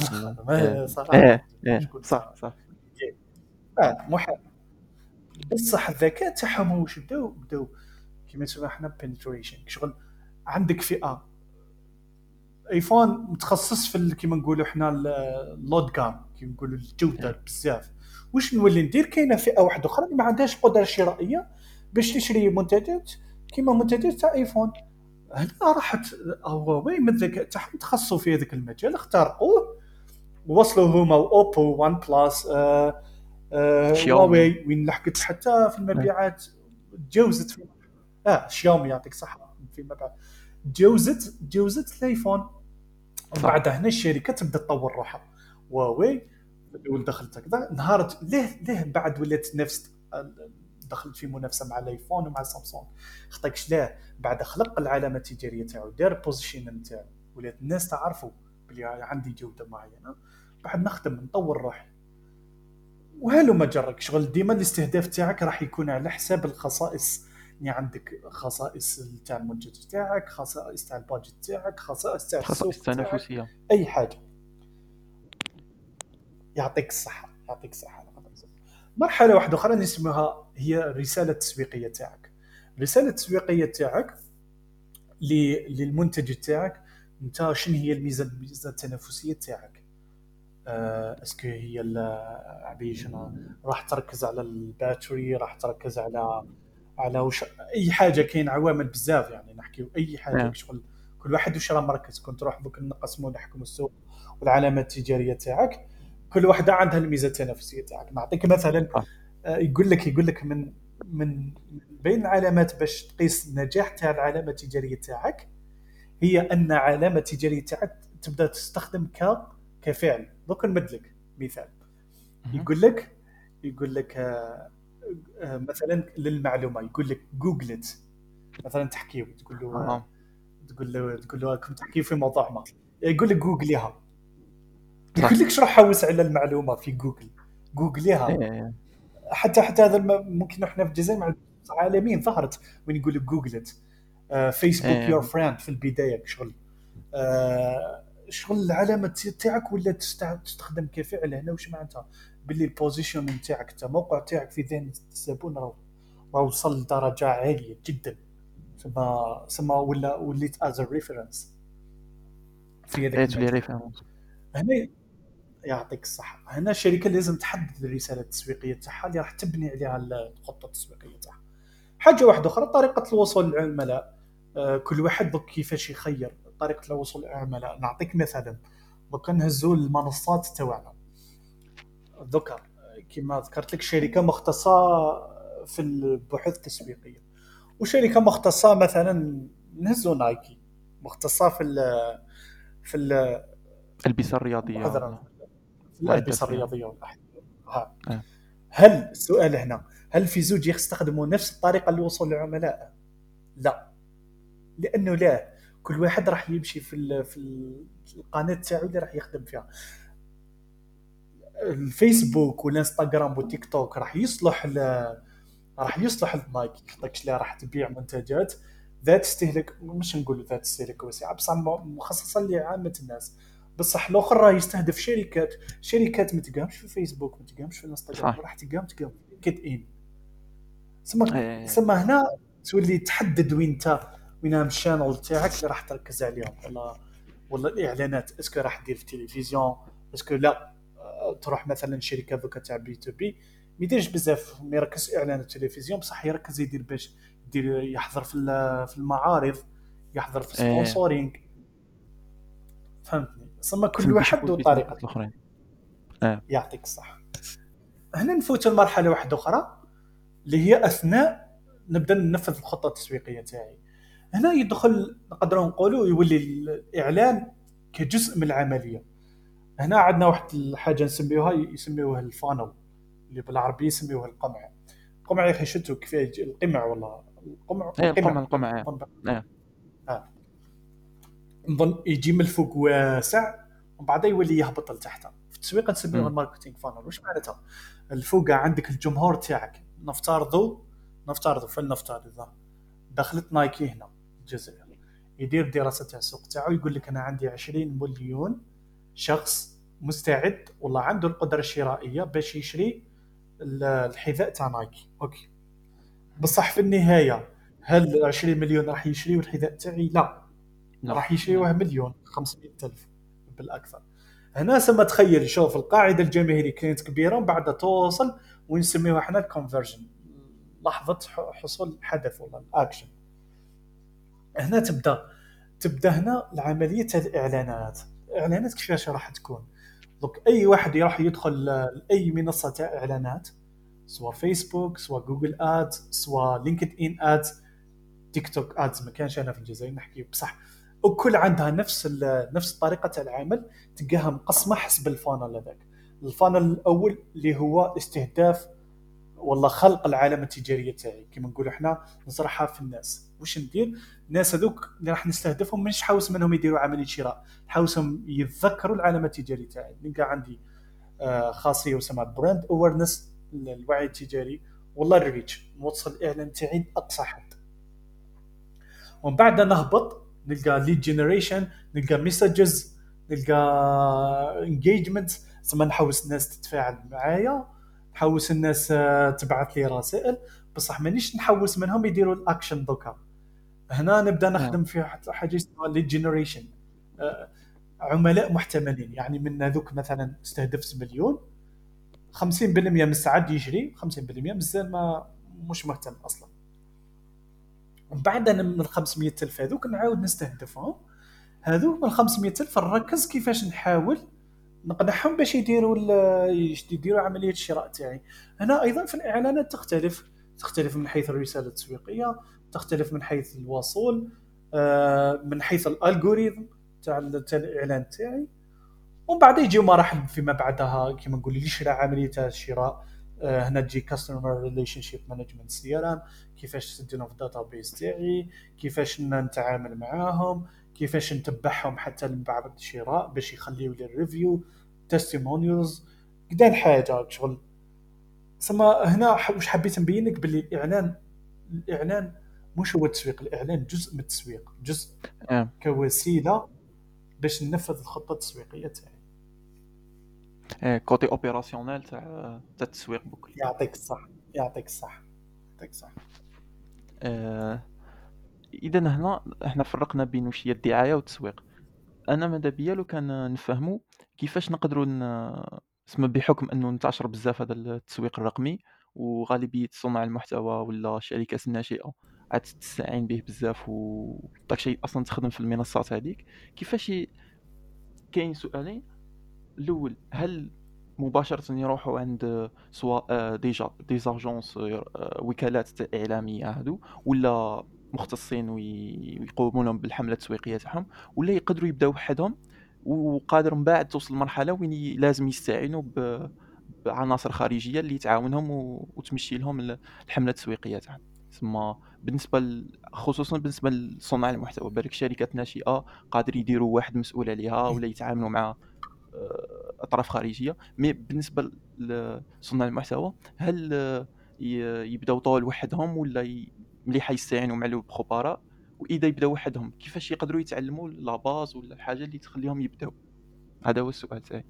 صح محال. بصح الذكاء تاعهم واش بداو كيما نسميو حنا penetration. شغل عندك فئة ايفون متخصص في كيما نقولوا حنا اللود جام، كيما نقولوا الجوده بزاف. واش نولي ندير؟ كاينه فئه واحده اخرى اللي ما عندهاش قدره شرائيه باش تشري منتجات كيما منتجات تاع ايفون. هنا راحت هواوي من الذكاء تاعهم تخصصوا في هذاك المجال، اخترقوه ووصلوا هما اوبو وان بلس شاومي. هواوي وين لحقت حتى في المبيعات. تجاوزت في شاومي يعطيك صحه في المبيعات، تجاوزت الايفون. ومن صح. بعد هنا الشركه تبدا تطور روحها. هواوي ولد دخلت هكذا نهارت ليه بعد ولات نفس دخلت في منافسه مع الايفون ومع سامسونج. خطاكش ليه بعد خلق العلامه التجاريه تاعو، دار بوزيشن نتاعو، ولات الناس تعرفوا بلي عندي جوده معينه، بعد نخدم نطور روحي. وهلو ما جرك شغل ديما الاستهداف تاعك راح يكون على حساب الخصائص. يعني عندك خصائص تاع المنتج تاعك، خصائص تاع البادجت تاعك، خصائص تاع خصائص السوق تاعك، التنافسية. اي حاجه. يعطيك الصحه يعطيك الصحه. مرحله واحده اخرى نسميها هي الرساله التسويقيه تاعك. الرساله التسويقيه تاعك للمنتج تاعك انت شنو هي الميزه التنافسيه تاعك. اسكو هي عبيش راح تركز على الباتري، راح تركز على وش اي حاجه. كاين عوامل بزاف يعني نحكيو اي حاجه نعم. شغل كل واحد وش راه مركز. كنت تروح دوك نقسموا نحكموا السوق والعلامات التجاريه تاعك، كل واحده عندها الميزه التنافسيه تاعك. نعطيك مثلا صح. يقول لك من بين العلامات باش تقيس النجاح تاع العلامه التجاريه تاعك، هي ان علامه التجاريه تاعك تبدا تستخدم كفعل. دوك نمدلك مثال. مهم. يقول لك مثلا للمعلومه، يقول لك جوجلت مثلا تحكيو آه. تقول له كنت تحكي في موضوع ما، يقول لك جوجليها. يقول صح. لك شروح حوس على المعلومه في جوجليها. إيه. حتى هذا ممكن احنا في الجزائر مع عالمين ظهرت وين يقول لك جوجلت. فيسبوك يور إيه. فريند في البدايه شغل شغل العلامه تاعك ولا تستخدم كفعل. هنا واش معناتها؟ باللي البوزيشن تاعك انت الموقع تاعك في ذهن الزبون راه وصل لدرجه عاليه جدا. ثم وليت از ريفرنس في هذاك تولي المجال. ريفيرونس. هنا يعطيك الصحة. هنا الشركة لازم تحدد الرسالة التسويقية تاعها اللي راح تبني عليها الخطة التسويقية تاعها. حاجة واحدة أخرى طريقة الوصول للعملاء. كل واحد دوك كيفاش يخير طريقة الوصول للعملاء. نعطيك مثلا دوك نهزو المنصات تاعنا دوكا كما ذكرت لك شركة مختصة في البحوث التسويقية، وشركة مختصة مثلا نهزو نايكي مختصة في البسة الرياضية عذرا ولا في معدات الألبسة الرياضة. الرياضية والأحذية. آه. هل السؤال هنا هل في زوج يستخدموا نفس الطريقة للوصول للعملاء؟ لا، لأنه لا، كل واحد راح يمشي في القناة تاعو اللي راح يخدم فيها. الفيسبوك والانستغرام والتيك توك راح يصلح لنايكي. خاطرش لا راح تبيع منتجات ذات استهلاك، مش نقول ذات استهلاك واسعة بصح مخصصة لعامة الناس. بصح الاخر راه يستهدف شركات ما تلقاهمش في فيسبوك، ما تلقاهمش في الانستغرام، صح. راح تلقاهم في لينكد ان. ثم إيه. ثم هنا تولي تحدد وين الشانل تاعك اللي راح تركز عليهم، ولا الاعلانات. اسكو راح دير في التلفزيون، اسكو لا تروح مثلا شركه ذوك تاع بي تو بي ما يديرش بزاف، ما يركز اعلانات التلفزيون بصح يركز يدير باش يحضر في المعارض، يحضر في إيه. سبونسورينغ. فهمتني؟ ثم كل فهمت واحد يشوفوا له البيزنسات طريقته. الآخرين. إيه. يعطيك الصح. هنا نفوت لمرحله واحده اخرى اللي هي اثناء نبدا ننفذ الخطه التسويقيه تاعي. هنا يدخل نقدروا نقولوا يولي الاعلان كجزء من العمليه. هنا عندنا واحد الحاجه يسميوها الفانل، اللي بالعربيه يسميوها القمع. القمع يا اخي شتو كيف القمع ولا إيه. القمع القمع. إيه. ها نظن يجي من الفوق واسع ومن بعد يولي يهبط لتحت. في التسويق نسميوها أمم. الماركتينغ فانل. واش معناتها؟ الفوق عندك الجمهور تاعك. نفترضوا فلنفترض إذا دخلت نايكي هنا الجزائر، يدير دراسه تاع السوق تاعو، يقول لك انا عندي 20 مليون شخص مستعد والله عنده القدره الشرائيه باش يشري الحذاء تاع نايكي. اوكي، بصح في النهايه هل 20 مليون راح يشريوا الحذاء تاعي؟ لا. لا راح يشريوه مليون 500 ألف بالأكثر. هنا سما تخيل، شوف القاعدة الجماهيرية كانت كبيرة ومن بعد توصل ونسميوها احنا الكونفرجن، لحظة حصول الحدث ولا الأكشن. هنا تبدا هنا العملية تاع الإعلانات كيفاش راح تكون. دونك أي واحد راح يدخل لأي منصة تاع إعلانات، سواء فيسبوك سواء جوجل ادز سواء لينكد ان ادز تيك توك ادز، ما كانش انا في الجزائر نحكي بصح، وكل عندها نفس الطريقه تاع العمل، تلقاها مقسمه حسب الفانل هذاك. الفانل الاول اللي هو استهداف والله خلق العلامه التجاريه تاعي، كما نقولوا احنا نزرعها في الناس. واش ندير؟ الناس هذوك اللي راح نستهدفهم مش حاوس منهم يديروا عمليه شراء، حاوسهم يتذكروا العلامه التجاريه تاعي. نلقى عندي خاصيه وسمى براند اويرنس، الوعي التجاري، والله الريتش، نوصل الاعلان تاعي لاقصى حد. ومن بعد نهبط نلقى ليد جينيريشن، نلقى ميسجز، نلقى انجيجمنت، زعما نحوس الناس تتفاعل معايا، نحوس الناس تبعث لي رسائل، بصح مانيش نحوس منهم يديروا الاكشن دوكا. هنا نبدا نخدم في حاجه اسمها ليد جينيريشن، عملاء محتملين. يعني من هذوك مثلا استهدفت مليون، 50% مستعد يشري، 50% مازال ما مش مهتم اصلا. ومن بعد من 500 ألف هذوك نعاود نستهدفهم، هذوك من 500 ألف نركز كيفاش نحاول نقنعهم باش يديروا عملية الشراء تاعي. هنا أيضا في الإعلانات تختلف من حيث الرسالة التسويقية، تختلف من حيث الوصول، من حيث الألغوريثم تاع الإعلان تاعي. ومن بعد يجيو مراحل فيما بعدها كما نقول لي شراء عمليه الشراء. هنا تجي كاستمر ريليشن شيب مانجمنت سي ار ام، كيفاش تسجلهم في الداتا بيس تاعي، كيفاش نتعامل معاهم، كيفاش نتبعهم حتى من بعد الشراء باش يخليوا لي الريفيو تيستيمونيوز كدا الحاجه شغل. سما هنا واش حبيت نبين لك باللي الاعلان مش هو التسويق، الاعلان جزء من التسويق، جزء كوسيله باش ننفذ الخطه التسويقيه تاعي. كوتي اوبيراسيونيل تاع التسويق بكل. يعطيك الصح، يعطيك الصح، يعطيك الصح. اذا هنا احنا فرقنا بين واش هي الدعايه والتسويق. انا ماذا بيا لو كان نفهموا كيفاش نقدروا اسم بحكم انه انتشر بزاف هذا التسويق الرقمي، وغالبيه صناع المحتوى ولا الشركات الناشئه عاد تستعين به بزاف، وداك الشيء اصلا تخدم في المنصات هذيك. كيفاش كاين سؤالين. الاول، هل مباشره يروحوا عند سواء دي زاجونس وكالات اعلاميه هادو، ولا مختصين ويقومون لهم بالحمله التسويقيه تاعهم، ولا يقدروا يبداو وحدهم وقادر من بعد توصل لمرحله وين لازم يستعينوا بعناصر خارجيه اللي تعاونهم وتمشي لهم الحمله التسويقيه تاعهم. ثم بالنسبه خصوصا بالنسبه لصناع المحتوى، بالك شركات ناشئه قادر يديروا واحد مسؤول عليها ولا يتعاملوا مع اطراف خارجيه. مي بالنسبه لصناع المحتوى، هل يبداو طول وحدهم ولا مليح يستعينوا مع الخبراء؟ واذا يبداو وحدهم كيفاش يقدروا يتعلموا لا باز ولا الحاجه اللي تخليهم يبداو؟ هذا هو السؤال تاعي.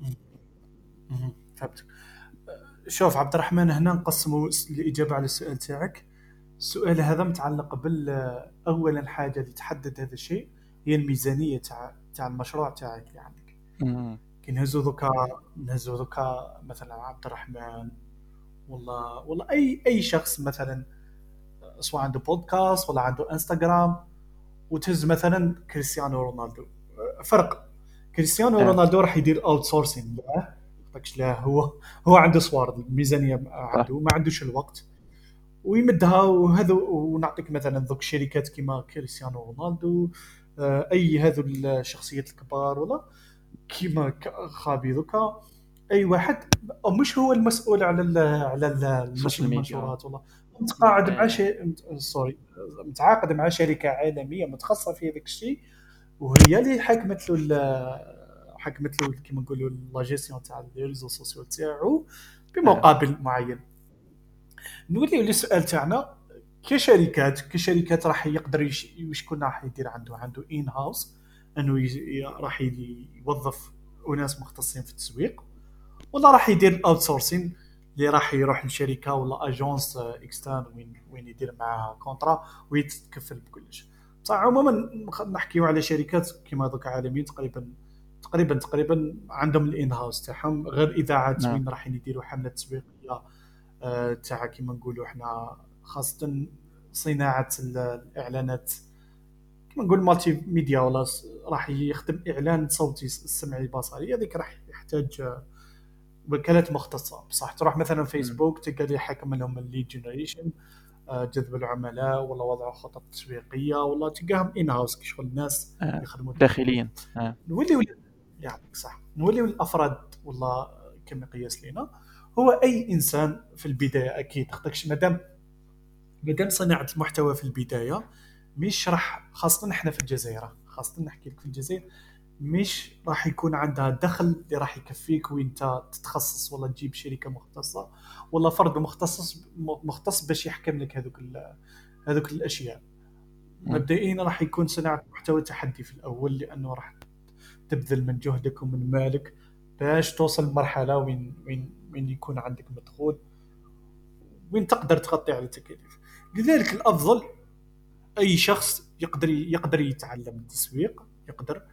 فهمتك. شوف عبد الرحمن، هنا نقسموا الإجابة على السؤال تاعك. السؤال هذا متعلق أولا حاجة اللي تحدد هذا الشيء هي الميزانية تاع المشروع تاعك اللي عندك. كي نهزو دوكا مثلا عبد الرحمن، والله أي شخص مثلا، سواء عنده بودكاست ولا عنده انستغرام، وتهز مثلا كريستيانو رونالدو. فرق كريستيانو رونالدو راح يدير اوت سورسينج، لا هو عنده صوار الميزانيه عنده، ما عندوش الوقت ويمدها. وهذا ونعطيك مثلا ذوك الشركات كيما كريستيانو رونالدو، اي هذو الشخصيات الكبار ولا كيما خابي ذوكا، اي واحد مش هو المسؤول على السوشيال ميديا. المنشورات ولا متقاعد مع متعاقد مع شركه عالميه متخصصه في هذاك الشيء، وهي اللي حكمت له كيما نقولوا لا جيستيون تاع لي ريزو سوسيو تاعو بمقابل معين. نولي للسؤال تاعنا، كشركات راح يقدر شكون راح يدير عنده ان هاوس، انه راح يوظف اناس مختصين في التسويق، ولا راح يدير اوت سورسين اللي راح يروح لشركه ولا اجونس اكسترن وين يدير معها كونترا ويتكفل بكلش. صح. عموما نحكيو على شركات كما دوك عالمين تقريبا عندهم الان هاوس تاعهم، غير اذاعات نعم. وين راح يديروا حمله تسويقيه تاع كيما نقولوا احنا، خاصه صناعه الاعلانات، كيما نقول مالتي ميديا، ولا راح يخدم اعلان صوتي السمعي البصري، هذيك راح يحتاج وكالات مختصه. بصح تروح مثلا مم. فيسبوك تلقى لي حاكم لهم الليد جنريشن، جذب العملاء، ولا وضع خطط تسويقيه، ولا تلقاهم ان هاوس كشغل الناس يخدموا داخليا. داخليا. نوليو يعطيك صح، نوليو الافراد والله كمقياس لينا هو اي انسان في البدايه. اكيد خاطرش مادام صناعه المحتوى في البدايه مش راح، خاصه احنا في الجزائر، خاصه نحكي لك في الجزائر، مش راح يكون عندها دخل اللي راح يكفيك وانت تتخصص ولا تجيب شركه مختصه ولا فرد مختص باش يحكم لك هذوك الاشياء. مم. مبدئيا راح يكون صناعه محتوى تحدي في الاول، لانه راح تبذل من جهدك ومن مالك باش توصل لمرحله وين يكون عندك مدخول، وين تقدر تغطي على التكاليف. لذلك الافضل اي شخص يقدر يتعلم التسويق، يقدر.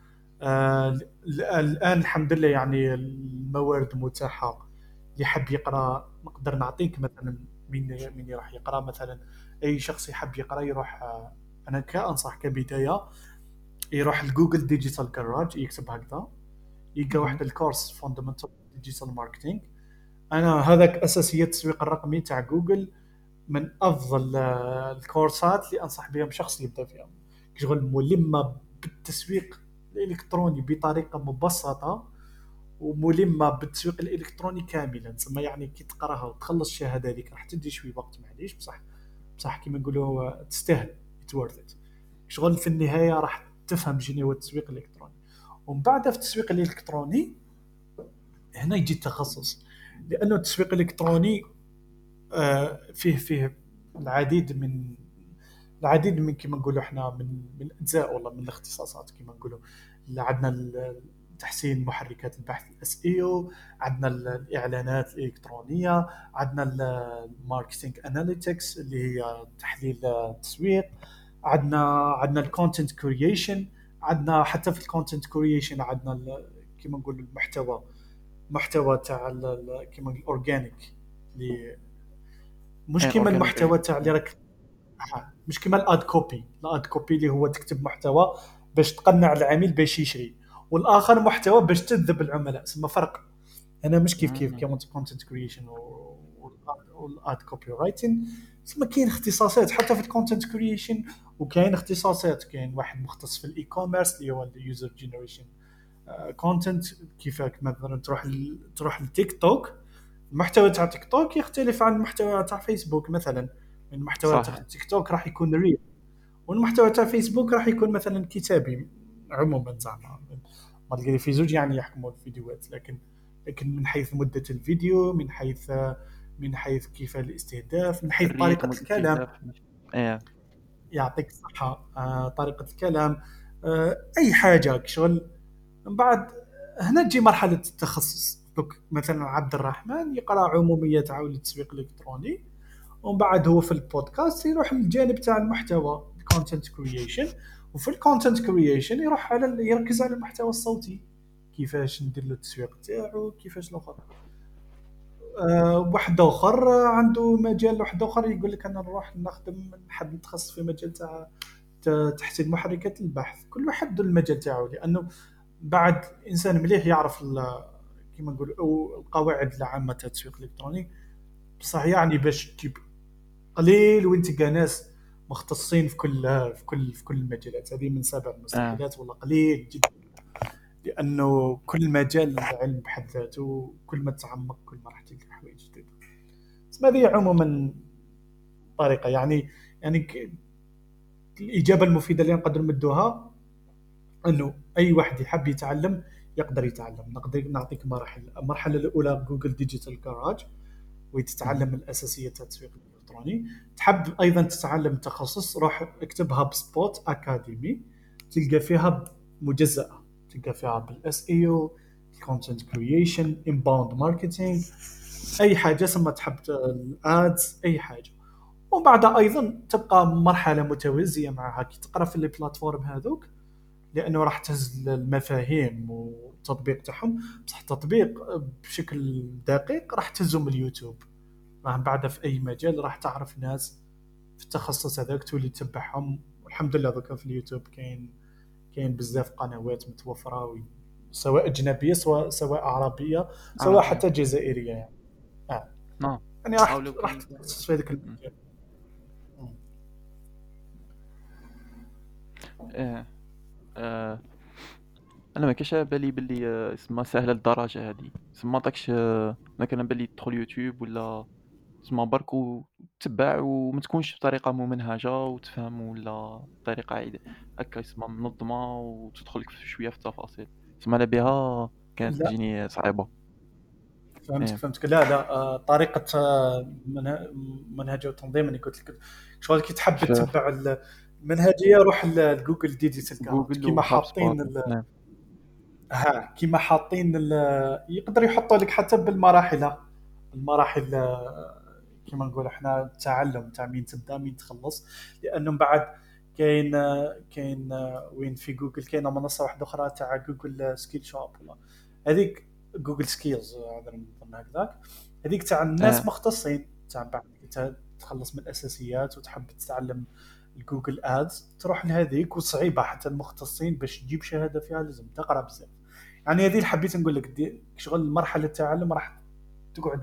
الان الحمد لله يعني الموارد متاحه. اللي حاب يقرا نقدر نعطيك مثلا مين راح يقرا مثلا. اي شخص يحب يقرا يروح، انا كانصح كبدايه يروح لجوجل ديجيتال جراج، يكتب هكذا يلقى مم. واحد الكورس فوندامنتال ديجيتال ماركتينج. انا هذاك اساسيات التسويق الرقمي تاع جوجل، من افضل الكورسات اللي انصح بهم شخص يبدا فيها، شغل ملمه بالتسويق الالكتروني بطريقه مبسطه، وملمه بالتسويق الالكتروني كاملا. تسمى يعني كي تقراها وتخلص الشهاده هذيك راح تدي شوي وقت معليش، بصح كيما نقولوا تستاهل، ات شغل في النهايه راح تفهم شنو هو التسويق الالكتروني. ومن بعد في التسويق الالكتروني هنا يجي التخصص، لانه التسويق الالكتروني فيه العديد من كما نقولوا احنا من الاجزاء، والله من الاختصاصات كما نقولوا. عندنا تحسين محركات البحث الاس اي او، عندنا الاعلانات الالكترونيه، عندنا الماركتينج اناليتكس اللي هي تحليل التسويق، عندنا الكونتنت كرييشن، عندنا حتى في الكونتنت كرييشن عندنا كما نقول محتوى تاع كما الاورجانيك، اللي مش ايه كيما اورجانيك. المحتوى تاع اللي راك مش كيما الاد كوبي اللي هو تكتب محتوى باش تقنع العميل باش يشري، والاخر محتوى باش تجذب العملاء، سما فرق. انا مش كيف كيما كونتنت كرييشن والاد كوبي رايتنج. سما كاين اختصاصات حتى في الكونتنت كرييشن، وكاين اختصاصات. كاين واحد مختص في الاي كوميرس اللي هو اليوزر جينيريشن كونتنت. كيفاك مثلا تروح لتيك توك، المحتوى تاع تيك توك يختلف عن المحتوى تاع فيسبوك مثلا. المحتوى تاع صح. تيك توك راح يكون ريل، والمحتوى تاع فيسبوك راح يكون مثلا كتابي عموما. زعما ما تلقى في زوج يعني يحكموا الفيديوهات، لكن من حيث مدة الفيديو، من حيث كيف الاستهداف، من حيث حريه طريقة مود الكلام. الاستهداف. ايه. يعطيك الصحة. طريقة الكلام، أي حاجة شغل. من بعد هنا تجي مرحلة التخصص. دوك مثلا عبد الرحمن يقرأ عموميات عون التسويق الإلكتروني، ومن بعد هو في البودكاست يروح للجانب تاع المحتوى الكونتنت كرييشن، وفي الكونتنت كرييشن يركز على المحتوى الصوتي، كيفاش ندير له التسويق تاعو، كيفاش الاخر. واحد اخر عنده مجال، واحد اخر يقول لك انا نروح نخدم، نحب نتخصص في مجال تاع تحسين محركات البحث. كل واحد المجال تاعو، لانه بعد انسان مليح يعرف كيما نقول القواعد العامه تاع التسويق الالكتروني. بصح يعني باش تجيب قليل وين تلقى ناس مختصين في كل المجالات هذه، من سبع اه. المستحيلات، والله قليل جدا. لانه كل مجال علم بحد ذاته، كل ما تعمق كل ما راح تلقى حوايج جديده. بس هذه عموما طريقه يعني الاجابه المفيده اللي نقدر نمدوها انه اي واحد يحب يتعلم يقدر يتعلم. نقدر نعطيك مراحل. المرحله الاولى جوجل ديجيتال جراج، مهم. وتتعلم الاساسيات تاع التسويق الالكتروني. تحب ايضا تتعلم تخصص، روح اكتب هاب سبوت اكاديمي، تلقى فيها مجزأة، تلقى فيها بالاس اي او، الكونتنت كرييشن، انباوند ماركتينج، اي حاجه سما تحب الادز اي حاجه. ومن بعد ايضا تبقى مرحله متوازيه معها كي تقرا في لي بلاتفورم هذوك، لانه راح تهز المفاهيم والتطبيق تاعهم، بصح التطبيق بشكل دقيق راح تهزهم من اليوتيوب. راح بعد في اي مجال راح تعرف ناس في التخصص هذاك تولي تتبعهم. والحمد لله دوكا في اليوتيوب كاين بزاف قنوات متوفره، سواء اجنبيه سواء عربيه سواء عربية. حتى جزائريه يعني. آه. نعم. يعني أو راح لو راح كاين. تتخصص في هذاك مم. المجال. آه. آه. انا ما كاش على بالي باللي اسمها سهله للدرجه هذه، ما عطاكش انا كان بالي تدخل يوتيوب ولا اسمها برك وتتبع وما تكونش بطريقه ممنهجه وتفهم، ولا بطريقه هكا اسمها منظمه وتدخل لك شويه في التفاصيل، على بها كانت لا تجيني صعيبه. ايه. فهمتك. لا لا، طريقه منهج وتنظيم اللي قلت لك، شغل كي تحب في تتبع المنهجيه روح لجوجل ديجيتال كارت جوجل كيما وهاب حاطين سبوت. نعم. ها كيما حاطين يقدر يحطوا لك حتى بالمراحل، المراحل كيما نقول احنا التعلم تاع مين تبدا مين تخلص. لانه من بعد كاين كاين وين في جوجل كاينه منصه واحده اخرى تاع جوجل سكيل شوب ولا هذيك جوجل سكيلز هذا نظن هكذاك. هذيك تاع الناس ايه. مختصين تاع بعد انت تخلص من الاساسيات وتحب تتعلم الجوجل ادز تروح لهذيك. وصعيبه حتى المختصين باش تجيب شهاده فيها لازم تقرا بزاف. يعني هذه اللي حبيت نقول لك شغل مرحله التعلم راح تقعد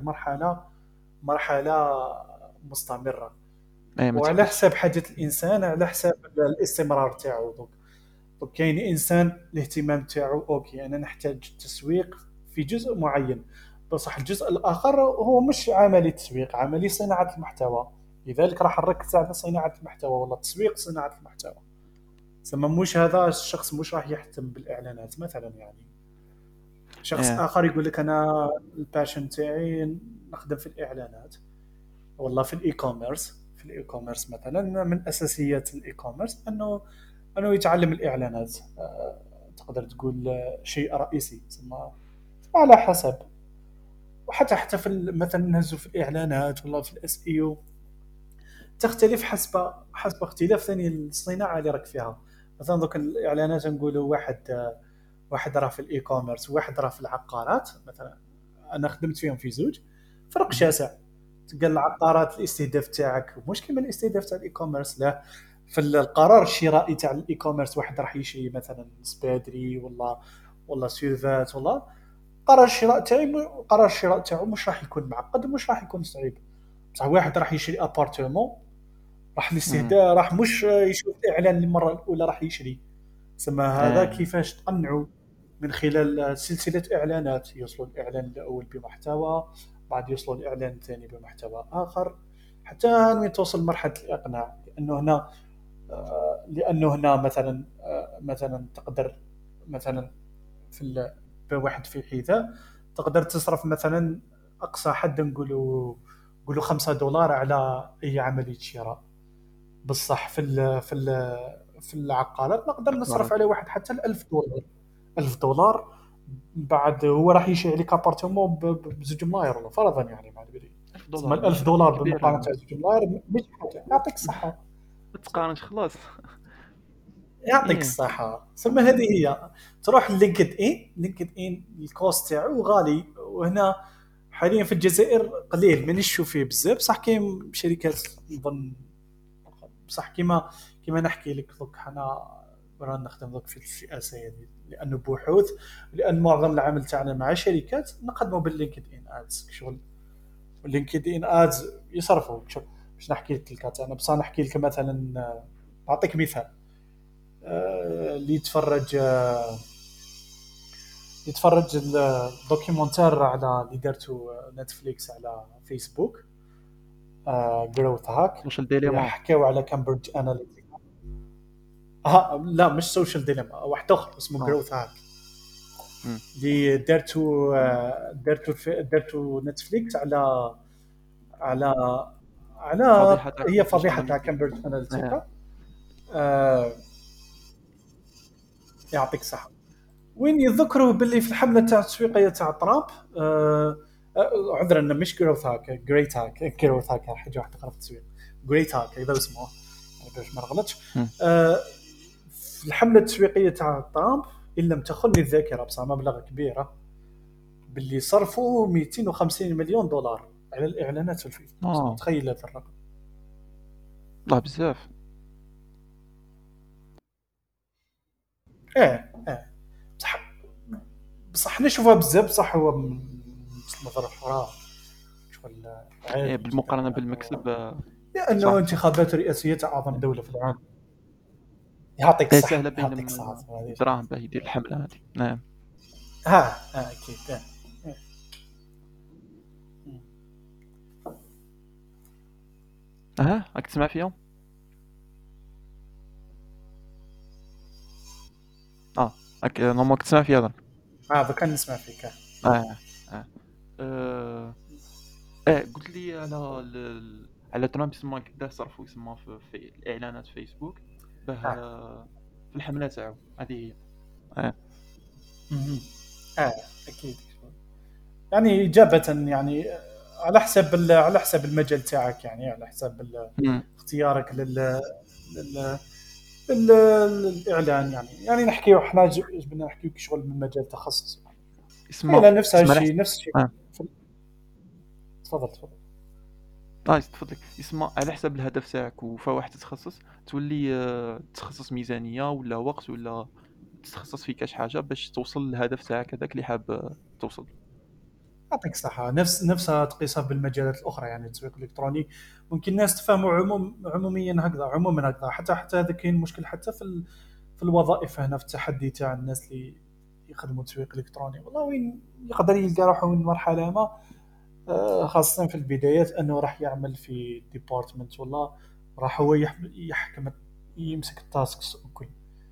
مرحله مستمره، ايه ما وعلى تحبسش. حساب حاجه الانسان على حساب الاستمرار تاعو. دوك كاين انسان الاهتمام تاعو اوكي انا نحتاج تسويق في جزء معين، بصح الجزء الاخر هو مش عملي تسويق، عملي صناعه المحتوى. لذلك راح نركز على صناعه المحتوى ولا تسويق صناعه المحتوى. سما مش هذا الشخص مش راح يهتم بالاعلانات مثلا يعني. شخص ايه. اخر يقول لك انا الباشن تاعي نخدم في الاعلانات والله في الاي كوميرس. في الاي كوميرس مثلا من اساسيات الاي كوميرس انه يتعلم الاعلانات. تقدر تقول شيء رئيسي ثم على حسب. وحتى في مثلا نهزوا في الاعلانات ولا في الاس اي او تختلف حسب اختلاف ثاني الصناعه اللي راك فيها. مثلا دوك الاعلانات نقولوا واحد راه في الاي كوميرس وواحد راه في العقارات مثلا. انا خدمت فيهم في زوج، فرق مهم. شاسع. تلقى العقارات الاستهداف تاعك مش كيما الاستهداف تاع الاي كوميرس. لا، في القرار الشرائي تاع الاي كوميرس واحد راح يشري مثلا سبادري ولا سيرفات ولا قرار الشراء تاعو مش راح يكون معقد ومش راح يكون صعيب. بصح واحد راح يشري ابارتمون راح مهم. الاستهداف راح مش يشوف اعلان للمره الاولى راح يشري. سما هذا ايه. كيفاش تقنعوا من خلال سلسله اعلانات. يوصلوا الاعلان الاول بمحتوى، بعد يوصلوا الاعلان الثاني بمحتوى اخر، حتى وين توصل مرحله الاقناع. لانه هنا مثلا تقدر مثلا بواحد في حذاء تقدر تصرف مثلا اقصى حد نقولوا $5 على اي عمليه شراء. بصح في العقارات نقدر نصرف عقارات. على واحد حتى $1000. $1000 بعد هو راح يشري لك ابارتمون بزوج ملاير ولا فرضا يعني ما ادري. تسمى $1000 الألف مش رقم دولار كبير بالمقارنه هذا. تاع زوج ملاير مش حاجه. يعطيك الصحه. ما تقارنش خلاص. يعطيك ايه. الصحه. ثم هذه هي تروح لينكد ان الكوست تاعو غالي. وهنا حاليا في الجزائر قليل من نشوف فيه بزاف. صح كاين شركات نظن، بصح كيما نحكي لك دوك حنا رانا نخدم دوك في السياسه يعني لانه بحوث. لان معظم العمل تاعنا مع شركات نقدمه باللينكد ان ادز شغل. اللينكد ان ادز يصرفوا. شوف باش نحكي لك انا بصح نحكي لك مثلا نعطيك مثال. اللي يتفرج الدوكيومنتير على اللي دارته نتفليكس على فيسبوك، جروث هاك. سوشيال ديليما. حكاو على كامبريدج اناليتيكا. لا مش سوشيال ديليما، واحد اخر اسمه اه. جروث هاك. مم. اللي دارتو نتفليكس على على فضيحه تاع هي كامبريدج فضيحه تاع اناليتيكا. كامبريدج ايه. اناليتيكا. آه يعطيك الصحه. وين يذكروا باللي في الحمله تاع التسويقيه تاع ترامب. عذرا مش جروث هاك، جريت هاك. جروث هاك حاجه واحده اخرى في التسويق. جريت هاك هذا اسمه باش ما نغلطش. مم. في الحمله التسويقيه تاع ترامب ان لم تخني الذاكره بصح مبلغ كبيره باللي صرفوا 250 مليون دولار على الاعلانات في الفيسبوك. اه تخيل هذا الرقم. والله بزاف. اه بصح بصح نشوفها بزاف بصح هو من نظره اخرى شغل إيه، عادي جدا بالمقارنة بالمكسب لانه صح. انتخابات رئاسيه تاع اعظم دوله في العالم. يعطيك إيه، سهلة الصحه بين يعطيك الصحه هذه. الدراهم باه يدير الحملة هذه. نعم. اكيد آه. راك تسمع فيهم. راك نورمال تسمع فيها درك. هذا كان نسمع فيك اه اه آه، قلت لي على على ترامب يسمى كدا صرفوا يسمى في الاعلانات فيسبوك باه اه في الحملة تاعو هذه هي. اه مهم. اكيد يعني اجابه يعني على حسب على حسب المجال تاعك يعني على حسب مم. اختيارك لل... الاعلان يعني نحكيو احنا جبنا نحكيو شغل من مجال تخصص يعني. هي اسمه لا نفس اسمه الشيء نفس الشيء. اه تفضل تفضل. تفضل. يسمى على حسب الهدف تاعك وفا واحد تتخصص تولي تخصص ميزانية ولا وقت ولا تتخصص في كاش حاجة باش توصل للهدف تاعك هذاك اللي حاب توصل. يعطيك الصحة. نفسها تقيسها بالمجالات الأخرى يعني التسويق الإلكتروني ممكن الناس تفهموا عموميا هكذا عموما هكذا حتى هذا كاين مشكل حتى في الوظائف هنا في التحدي تاع الناس اللي يخدموا تسويق إلكتروني والله وين يقدر يلقى روحه من مرحلة ما خاصة في البدايات أنه راح يعمل في ديبارتمنت والله راح هو يحكم يمسك التاسكس وكل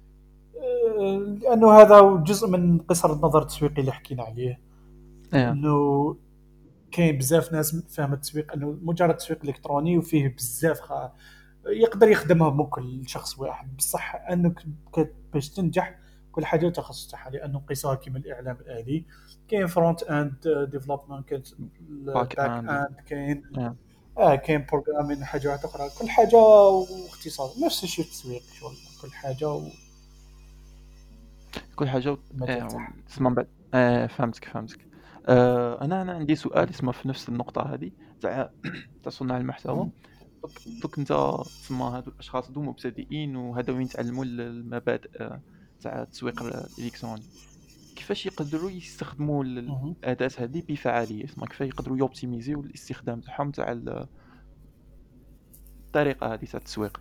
لأنه هذا جزء من قصر النظر التسويقي اللي حكينا عليه. ايه لأنه كاين بزاف ناس فاهمه التسويق انه مجرد تسويق الكتروني وفيه بزاف يقدر يخدمها ممكن شخص واحد بصح انك باش تنجح كل حاجه تخصص تاعها لانه قيسوها كيما الاعلام الالي كاين فرونت اند ديفلوبمنت كاين باك باك اند. اند كاين ايه كاين بروغرامين حاجات اخرى كل حاجه واختصاص نفس الشيء التسويق شغل كل حاجه كل حاجة والمجال تاعها. تسمى من بعد. فهمتك. انا عندي سؤال اسمه في نفس النقطة هذه تاع تاع صناع المحتوى. دوك انت تسمى هادو الاشخاص هادو مبتدئين وهذا وين يتعلموا المبادئ تاع التسويق الالكتروني. كيفاش يقدروا يستخدموا الاداة هذه بفعالية؟ تسمى كيفاش يقدروا يوبتيميزيو الاستخدام تاعهم تاع الطريقة هذه تاع التسويق.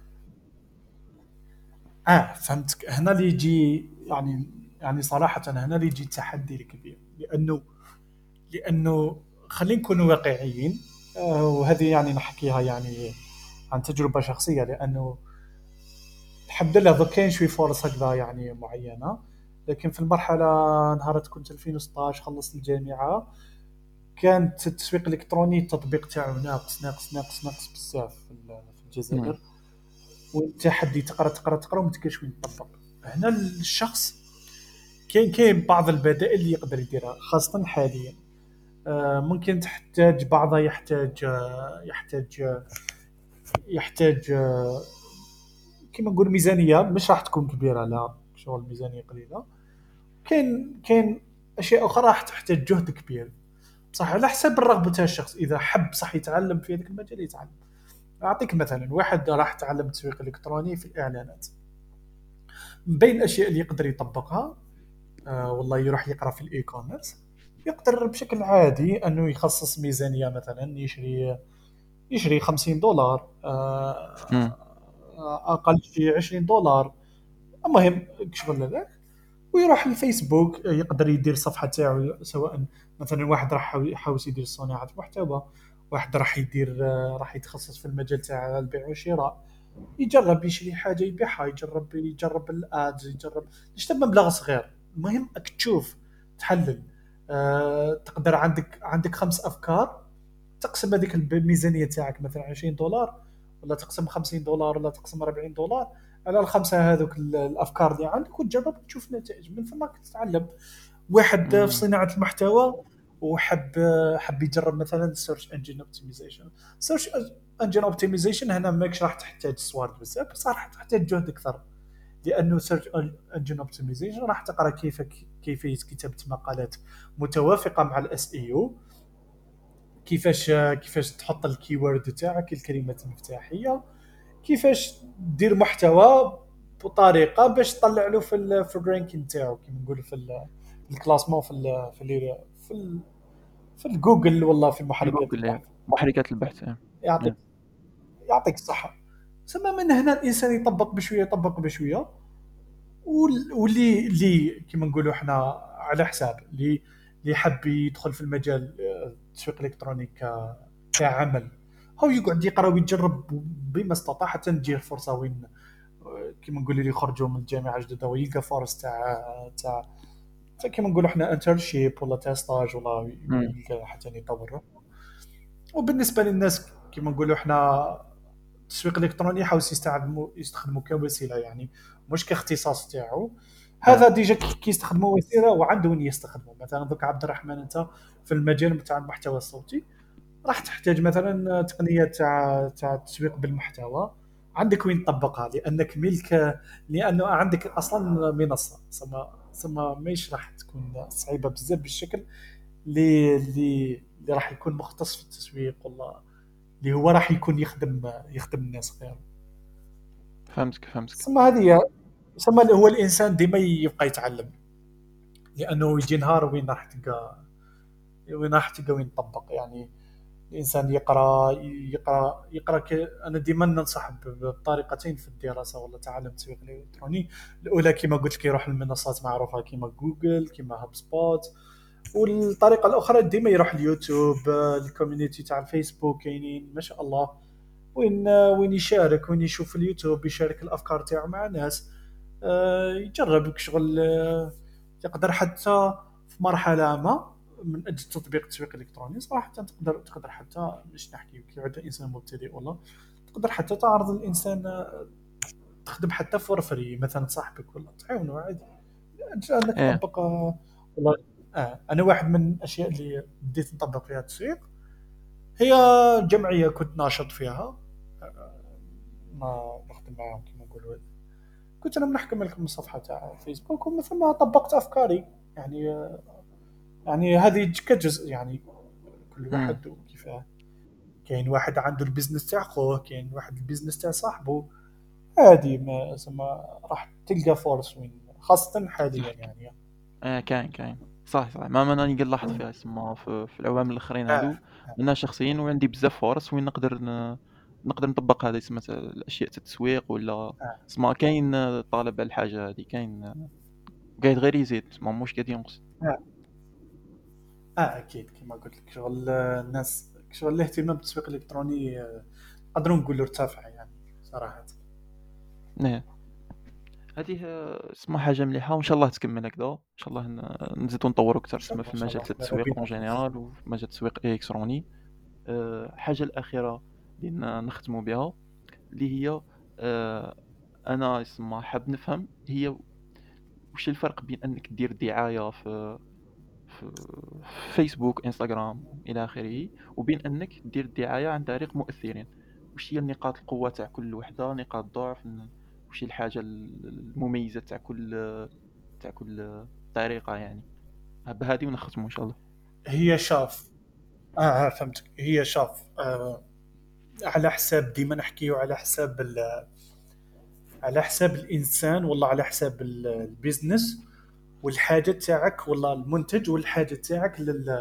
فهمتك. هنا اللي يجي يعني صراحة هنا اللي يجي التحدي الكبير لأنه خلينا نكون واقعيين. وهذه يعني نحكيها يعني عن تجربة شخصية لأنه الحمد لله ذو كاين شوي فرص هكذا يعني معينة. لكن في المرحلة نهارت كنت 2016 خلصت الجامعة كانت التسويق الإلكتروني التطبيق تاعو ناقص بزاف في مم. الجزائر. وانت حدي تقرا وما تلقاش وين تطبق. هنا الشخص كاين بعض البدائل اللي يقدر يديرها خاصة حاليا. ممكن تحتاج بعضها يحتاج كما نقول ميزانية مش راح تكون كبيرة لا شغل ميزانية قليلة. كاين أشياء أخرى راح تحتاج جهد كبير صح على حسب الرغبة تاع الشخص إذا حب صح يتعلم في هذاك المجال يتعلم. أعطيك مثلا واحد راح يتعلم تسويق إلكتروني في الإعلانات من بين الأشياء اللي يقدر يطبقها والله يروح يقرا في الاي كوميرس. يقدر بشكل عادي انه يخصص ميزانيه مثلا يشري $50 مم. اقل شيء $20. المهم شغل هذاك ويروح الفيسبوك يقدر يدير صفحه تاعو سواء مثلا واحد راح يحاول يدير صناعه محتوى واحد راح يدير راح يتخصص في المجال تاع البيع والشراء يجرب يشري حاجه يبيعها يجرب الادز يجرب يشتري مبلغ صغير. المهم انك تشوف تحلل تقدر عندك 5 افكار تقسم هذيك الميزانيه تاعك مثلا $20 ولا تقسم $50 ولا تقسم $40 على الخمسه هذوك الافكار اللي عندك وتجرب تشوف نتائج من ثم تتعلم. واحد في مم. صناعه المحتوى حب يجرب مثلا سيرش انجن اوبتمايزيشن. سيرش انجن اوبتمايزيشن هنا ماكش راح تحتاج سوارد بزاف، بس راح تحتاج جهد اكثر، لانه سيرش انجن اوبتمايزيشن راح تقرا كيفيه كتابه مقالات متوافقه مع الاس اي او، كيفاش تحط الكيورد تاعك، الكلمات المفتاحيه، كيفاش دير محتوى بطريقه باش تطلع له في الرانكين تاعو كيما نقولوا في الكلاسمون في الجوجل والله في في محركات جوجل البحث. محركات البحث يعطيك يعطيك الصحه. ثم من هنا الانسان يطبق بشويه يطبق بشويه، واللي كيما نقولوا احنا على حساب اللي حب يدخل في المجال التسويق الالكتروني كعمل، هو يقعد يقرا ويجرب بما استطاع حتى تجيه الفرصه وين كيما نقولوا اللي يخرجوا من الجامعه جدد ويلقى فرص كيما نقولوا احنا انترشيب ولا تاستاج ولا يلقى حتى يطور روحه. وبالنسبه للناس كيما نقولوا احنا التسويق الالكتروني يحاول يستخدموا كوسيله، يعني مش كاختصاص تاعو. هذا ديجا كيستخدموا وسيله وعنده وين يستخدموا. مثلا دوك عبد الرحمن انت في المجال نتاع المحتوى الصوتي راح تحتاج مثلا تقنيه تاع التسويق بالمحتوى، عندك وين تطبقها لانك ملك، لانه عندك اصلا منصه ثم ماهيش راح تكون صعيبه بزاف بالشكل اللي راح يكون مختص في التسويق والله اللي هو راح يكون يخدم الناس غيره. فهمتك. ثم هذه ثم هو الانسان ديما يبقى يتعلم، لانه يجي نهار وين يطبق. يعني الانسان يقرا انا ديما ننصح بطريقتين في الدراسه ولا تعلم التسويق الالكتروني. الاولى كما قلت لك يروح للمنصات معروفه كما جوجل كما هاب سبوت، والطريقه الاخرى ديما يروح اليوتيوب، الكوميونيتي تاع الفيسبوك كاينين ما شاء الله، وين يشارك، وين يشوف اليوتيوب يشارك الافكار تاعو مع ناس، يجرب شغل، يقدر حتى في مرحله ما من اجل تطبيق التسويق الالكتروني صراحه تقدر حتى مش نحكي كي يعود انسان مبتدئ والله تقدر حتى تعرض الانسان، تخدم حتى فور فري مثلا صاحبك ولا تعاونوا عادي انك ايه تطبق. والله انا واحد من الاشياء اللي بديت نطبق فيها التسويق هي جمعيه كنت ناشط فيها، ما نخدم معاهم كما نقولوا، كنت انا نحكم لكم الصفحه تاع فيسبوك ومن ثم طبقت افكاري. يعني هذه كجزء، يعني كل امم واحد وكيفاه. كاين واحد عنده البزنس تاع خوه، كاين واحد البزنس تاع صاحبه، هذه ما سما راح تلقى فرص وين خاصه حاليا يعني. كاين صح ما انا نلاحظ فيها يسمى في العوام الاخرين آه. هادو. انا شخصيا وعندي بزاف فرص وين نقدر نطبق هذا يسمى الاشياء تاع التسويق ولا آه. اسمع كاين طالب على الحاجه هذه كاين قاعد غير يزيد ما مش قاعد ينقص. آه. اكيد كما قلت لك شغل الناس شغل الاهتمام بالتسويق الالكتروني نقدروا نقولوا ارتفع يعني صراحه. نعم هذه اسمها حاجه مليحه وان شاء الله تكمل هكذا ان شاء الله نزيدو نطوروا اكثر اسمها في ان شاء المجال الله تاع ربي التسويق اون يبارك فيك. جينيرال وفي مجال التسويق الالكتروني. حاجه الاخيره اللي نختموا بها اللي هي انا اسمها حاب نفهم هي وش الفرق بين انك دير دعايه في فيسبوك انستغرام الى اخره وبين انك دير الدعايه عن طريق مؤثرين. وش هي نقاط القوه تاع كل وحده نقاط الضعف وش هي الحاجه المميزه تاع كل طريقه يعني بهذه ونختموا ان شاء الله. هي شاف فهمتك. هي شاف على حساب ديما نحكيو على حساب على حساب الانسان والله على حساب البيزنس والحاجه تاعك والله المنتج والحاجه تاعك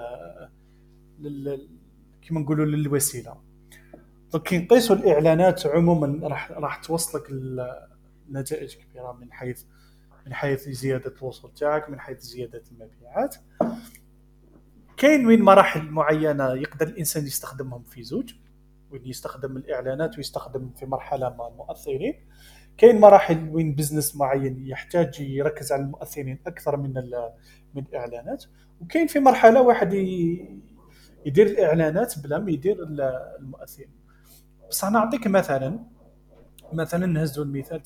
لل... كما نقولوا للوسيله. دونك كي نقيسوا الاعلانات عموما راح توصلك لنتائج كبيره من حيث زياده الوصول تاعك، من حيث زياده المبيعات. كاين وين مراحل معينه يقدر الانسان يستخدمهم في زوج، وين يستخدم الاعلانات ويستخدم في مرحله مع المؤثرين. كاين مراحل وين بزنس معين يحتاج يركز على المؤثرين اكثر من الاعلانات. وكاين في مرحله واحد يدير الاعلانات بلا ما يدير المؤثرين. بس انا نعطيك مثلا نهزوا المثال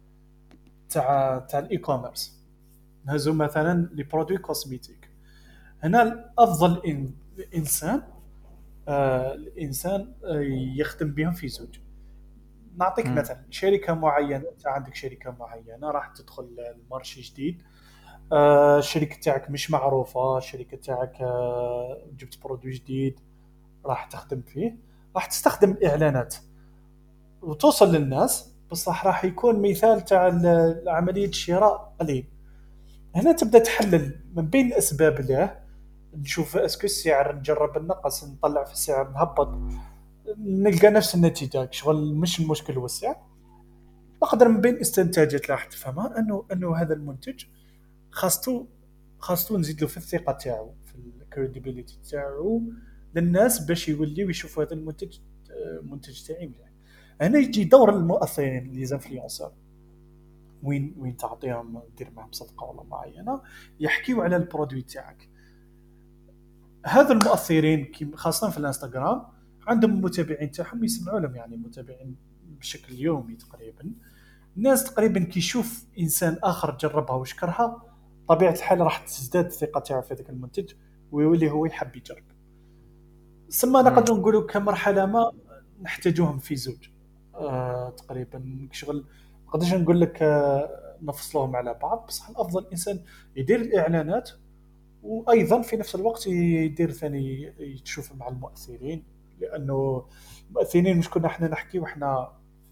تاع الاي كوميرس. نهزوا مثلا لي برودوي كوزميتيك. هنا الافضل الانسان الانسان يخدم بهم في زوج. نعطيك مم. مثلا شركه معينه، انت عندك شركه معينه راح تدخل المارشي جديد، الشركه تاعك مش معروفه، الشركه تاعك جبت برودوي جديد راح تخدم فيه، راح تستخدم الاعلانات وتوصل للناس، بصح راح يكون مثال تاع عمليه شراء قليل. هنا تبدا تحلل من بين الاسباب له، نشوف اسكو السعر، نجرب النقص، نطلع في السعر، نهبط، نلقى نفس النتيجه، شغل مش المشكل هو السعر. نقدر من بين استنتاجات راح تفهمها انه هذا المنتج خاصته خاصته نزيد له في الثقه تاعو، في الكريديبيليتي تاعو للناس، باش يوليو يشوفوا هذا المنتج، منتج تاعي مليح. هنا يجي دور المؤثرين لي زانفلونسور، وين تعطيهم، دير معهم صفقه ولا معينه، يحكيوا على البرودوي تاعك. هذا المؤثرين خاصه في الانستغرام عندهم متابعين تاعهم يسمعوا لهم، يعني متابعين بشكل يومي تقريبا. الناس تقريبا كي يشوف انسان اخر جربها وشكرها، طبيعه الحال راح تزداد الثقه تاعو في ذاك المنتج، ويولي هو يحب يجرب. ثم مم. نقدر نقولوا كمرحله ما نحتاجوهم في زوج، تقريبا شغل. ما نقدرش نقول لك نفصلوهم على بعض، بصح الافضل الانسان يدير الاعلانات، وايضا في نفس الوقت يدير ثاني يتشوف مع المؤثرين، لانه المؤثرين مش كنا احنا نحكي واحنا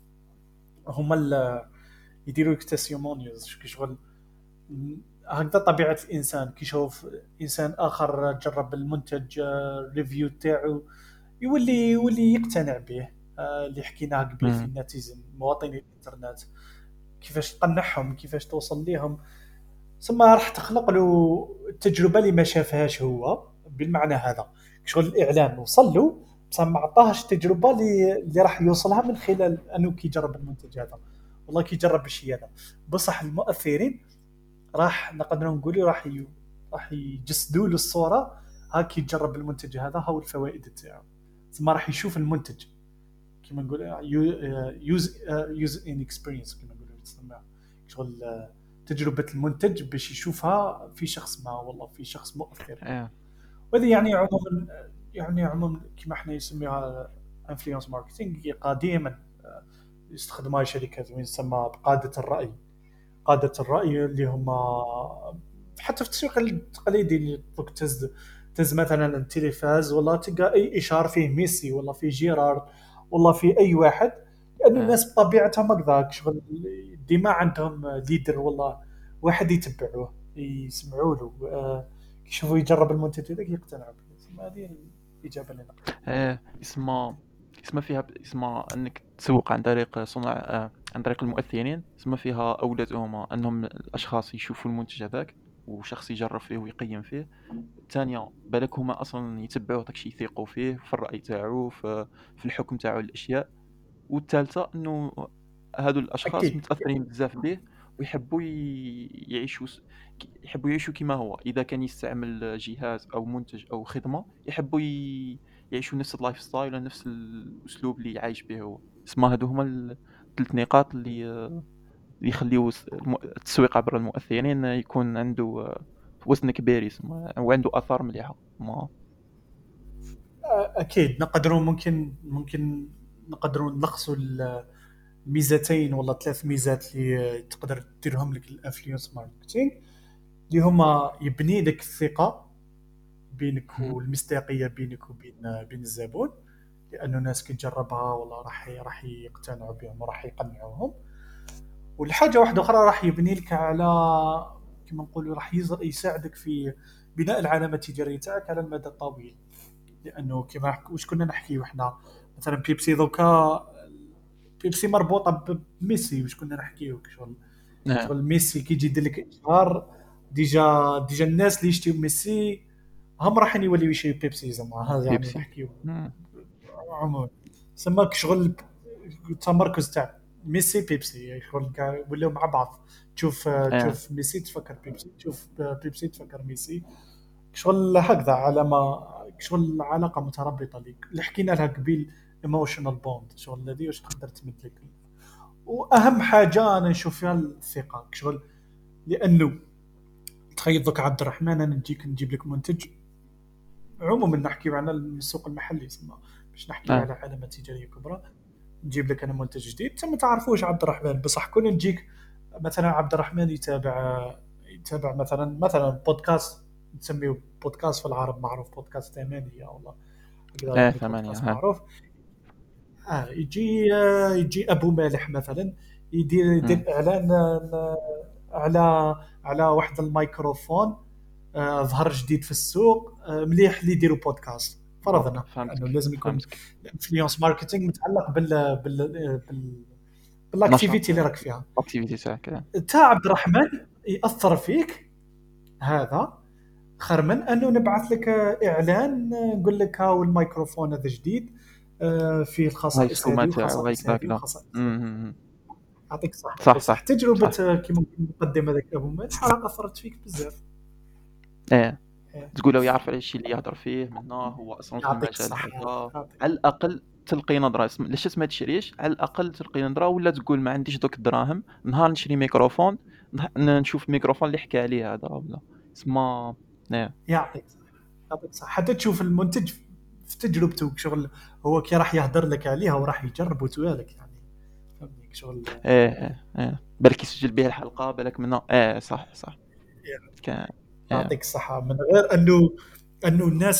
هما يديروا تستيمونيوز شغل. هكذا طبيعه الانسان، كي يشوف انسان اخر جرب المنتج، ريفيو تاعو، يولي يقتنع به. اللي حكيناه قبل في مم. النتيزن، مواطني الانترنت، كيفاش تقنعهم، كيفاش توصل ليهم. ثم راح تخلق له التجربه اللي ما شافهاش هو، بالمعنى هذا شغل الاعلان وصل له، بصح ما عطاهش التجربه اللي راح يوصلها من خلال انه كي يجرب المنتج هذا، والله كي يجرب الشيء هذا. بصح المؤثرين راح نقدر نقول راح يجسدوا له الصوره، هاك يجرب المنتج هذا، هاو الفوائد تاعو. ثم راح يشوف المنتج كما نقول يوز ان اكسبيرينس، كما نقولوا تسمى شغل تجربه المنتج، باش يشوفها في شخص ما، والله في شخص مؤثر. ايه. وهذه يعني عموما، يعني عموما كما احنا يسميها انفلونس ماركتينغ قديما، يستخدمها الشركات وين يسمى بقاده الراي. قاده الراي اللي هم حتى في التسويق التقليدي، اللي دوك تهز مثلا التلفاز، ولا تلقى اي اشاره فيه ميسي ولا فيه جيرارد ولا في اي واحد، لانه ايه. الناس بطبيعتهم هكذاك شغل، ديما عندهم ليدر ولا واحد يتبعوه يسمعوا له، يشوفوا يجرب المنتج هذاك يقتنعوا به. هذه الاجابه اللي نقدر نقولها. ايه. اسمها فيها اسمها انك تسوق عن طريق صنع عن طريق المؤثرين، اسمها فيها اولادهما انهم الاشخاص يشوفوا المنتج هذاك وشخص يجرب فيه ويقيم فيه. الثانيه بالك هما اصلا يتبعوه داكشي، يثيقوا فيه في الراي تاعو، في الحكم تاعو للاشياء. والثالثه انه هادو الاشخاص اكيد. متاثرين بزاف به، ويحبوا يعيشوا يحبوا يعيشوا كما هو. اذا كان يستعمل جهاز او منتج او خدمه، يحبوا يعيشوا نفس اللايف ستايل ولا نفس الاسلوب اللي عايش به هو. اسمها هادو هما الثلاث نقاط اللي يخليو التسويق عبر المؤثرين يكون عنده وزن كبير، يسمى، وعنده اثار مليحه ما. اكيد نقدروا، ممكن نقدروا نلخصوا الميزتين ولا ثلاث ميزات اللي تقدر ديرهم لك الانفلونس ماركتينغ، اللي هما يبني لك الثقه بينك، مهم. والمصداقيه بينك وبين الزبون، لانه الناس كي تجربها والله راح يقتنعوا بهم وراح يقنعوهم. والحاجه واحده اخرى راح يبني لك على، كما نقولوا راح يساعدك في بناء العلامه التجاريه تاعك على المدى الطويل. لانه كما واش كنا نحكي وحنا، مثلا بيبسي دوكا، بيبسي مربوطه بميسي، واش كنا نحكيو شغل. نعم. شغل ميسي كي يجي يدير لك اشهار، ديجا الناس اللي يشتيو ميسي هم راح يوليو يشريو بيبسي، زعما هذا يعني بيبسي. نحكيو مم. عموما. سماك شغل التمركز تاع ميسي بيبسي، شغل ولاو مع بعض. اه. تشوف ميسي تفكر بيبسي، تشوف بيبسي تفكر ميسي، شغل هكذا علامه، شغل علاقه مترابطه ليك اللي حكينا لها قبيل، ايموشنال بوند، شغل الذي واش تقدر تمد لك. واهم حاجه انا نشوف فيها الثقه شغل. لانه تخيل ذوك عبد الرحمن، انا نجيب لك منتج عموما نحكيو على السوق المحلي سما، باش نحكيو اه على علامه تجاريه كبرى. نجيب لك انا منتج جديد انت ما تعرفوش عبد الرحمن، بصح كون نجيك مثلا عبد الرحمن يتابع مثلا بودكاست نسميه بودكاست في العرب معروف، بودكاست ثمانية ولا هكذا، اه يعني ثمانية بودكاست ها. معروف. يجي ابو مالح مثلا يدير مم. اعلان على واحد الميكروفون ظهر جديد في السوق، مليح اللي يديروا بودكاست فرضنا، لانه فهمتك لازم يكون فهمتك. الانفلونس ماركتينغ متعلق نشاط بالاكتيفيتي اللي راك فيها. الاكتيفيتي تاعك تا عبد الرحمن ياثر فيك هذا خير من انه نبعث لك اعلان، نقول لك هاو الميكروفون هذا جديد، فيه هاي الخصائص السومة هذه تاعو هاي وخصائص كذا هذه كذا. وخصائص هذه. مم. يعطيك الصحه، صح يعطيك صح الصحه. تجربه صح. كيما مقدم هذاك ابو مالح راه اثرت فيك بزاف. ايه إيه. تقولوا يعرف على الشيء اللي يهضر فيه منه هو اصلا في يعطيك المجال الصحه، هذا. يعطيك. على الاقل تلقي نظره لاش اسمها تشريش، على الاقل تلقي نظره، ولا تقول ما عنديش دوك الدراهم نهار نشري ميكروفون، نشوف الميكروفون اللي حكى عليه هذا ولا اسمه. ايه يعطيك الصحه، يعطيك الصحه. حتى تشوف المنتج في تجربته شغل، هو كي راح يهدر لك عليها وراح يجرب وتوالك يعني، فهمني شغل. بالك يسجل به الحلقه بالك منه. ايه صح صح. كان. ايه يعطيك الصحة. من غير انه الناس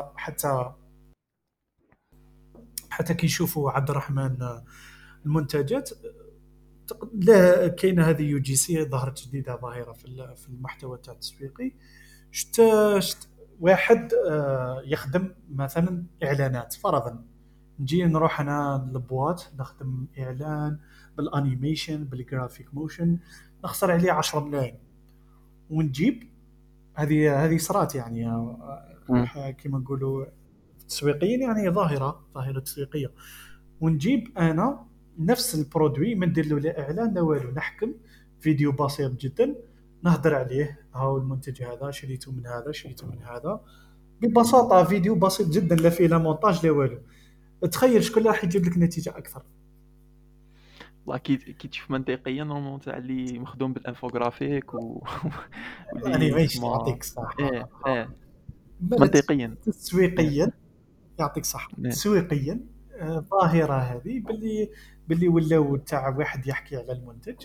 حتى كي يشوفوا عبد الرحمن المنتجات، لا كاينه هذه يو جي سي ظهرت جديده، ظاهره في المحتوى تاع التسويقي. شت شت واحد يخدم مثلا اعلانات فرضا، نجي نروح انا للبواط نخدم اعلان بالانيميشن بالجرافيك موشن، نخسر عليه 10 ملايين. ونجيب هذه صارت يعني مم. كما نقولوا تسويقيا، يعني ظاهره تسويقيه. ونجيب انا نفس البرودوي ما ندير له لا اعلان لا والو، نحكم فيديو بسيط جدا نهضر عليه، هاو المنتج هذا شريته من هذا شريته من هذا، ببساطه فيديو بسيط جدا لا فيه لا مونتاج لا والو. تخيل شكون راح يجيب لك نتيجه اكثر. والله كي تشوف منطقيا نورمالمون تاع اللي مخدوم بالانفوغرافيك واللي الانيميشن اسمه. يعطيك الصحه. ايه بلد منطقيا. ايه تسويقيا، يعطيك صح ايه تسويقيا، الظاهره هذه باللي ولاو تاع واحد يحكي على المنتج،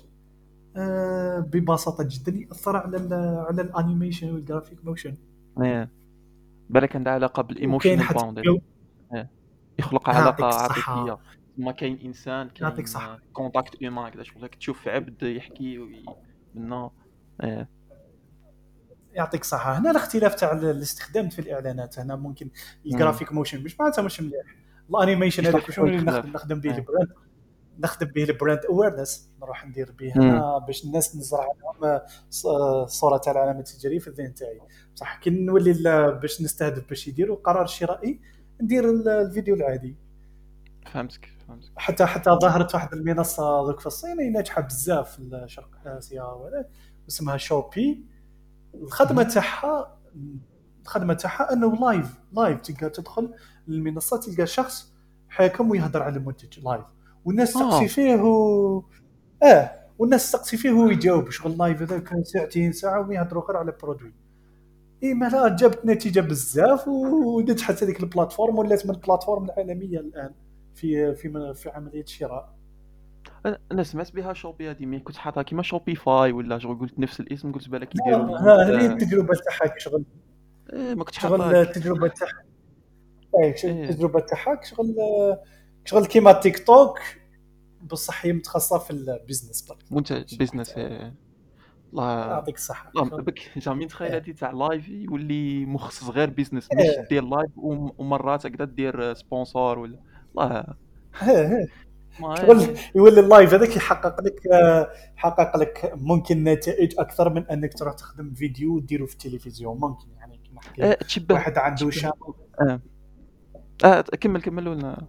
ببساطه جدا ياثر على الانيميشن والجرافيك موشن. ايه بالك عنده علاقه وكاين بالايموشنال حتى باوند. ايه يخلق علاقه يعطيك عاطفيه. الصحه، ما كاين انسان يعطيك كاين صحه. كونتاكت هيومان كذا شغلك تشوف عبد يحكي منه. ايه يعطيك صحه. هنا الاختلاف تاع الاستخدام في الاعلانات، هنا ممكن مم. الجرافيك موشن مش معناتها مش مليح، الانيميشن يصلح هذاك في شنو حوايج اللي بزاف. نخدم به ايه البراند، نخدم به البراند اويرنس، نروح ندير به مم. انا باش الناس نزرع لهم صوره تاع العلامه التجاريه في الذهن تاعي. بصح كي نولي باش نستهدف باش يديروا قرار شرائي، ندير الفيديو العادي. فهمتك. حتى ظهرت واحد المنصه ذوك في الصين ناجحه بزاف في شرق اسيا ولا، اسمها شوبي. الخدمه مهم. تاعها الخدمه تاعها انه لايف تلقى تدخل للمنصه تلقى شخص حاكم ويهضر على المنتج لايف، والناس تقصي اه فيه والناس تقصي فيه ويجاوب شغل لايف هذاك ساعتين ساعه ويهضروا غير على برودوي. اي مالا جابت نتيجه بزاف ونجحت هذيك البلاتفورم، ولات من البلاتفورم العالميه الان في عمليه الشراء. انا سمعت بها شوبي هذه، مي كنت حاطها كيما شوبيفاي ولا شغل قلت نفس الاسم، قلت بالك يديروا المود هذه التجربه تاعها شغل، إيه ما كنتش حاطها التجربه تاعها ايه التجربه تاعها شغل كيما تيك توك، بصح هي متخصصه في البيزنس برك منتج ماشي بيزنس محتوى. إيه. الله يعطيك الصحه الله شغل. بك جامي نتخيل ايه هادي تاع لايف يولي مخصص غير بيزنس، ماشي ايه دير لايف ومرات هكذا دير سبونسور ولا. الله ايه ما شغل ايه. يولي اللايف هذاك يحقق لك ممكن نتائج اكثر من انك تروح تخدم فيديو وديره في التلفزيون. ممكن يعني كي نحكيو تشبه واحد عنده تشبه شانل، اه كمل ولا.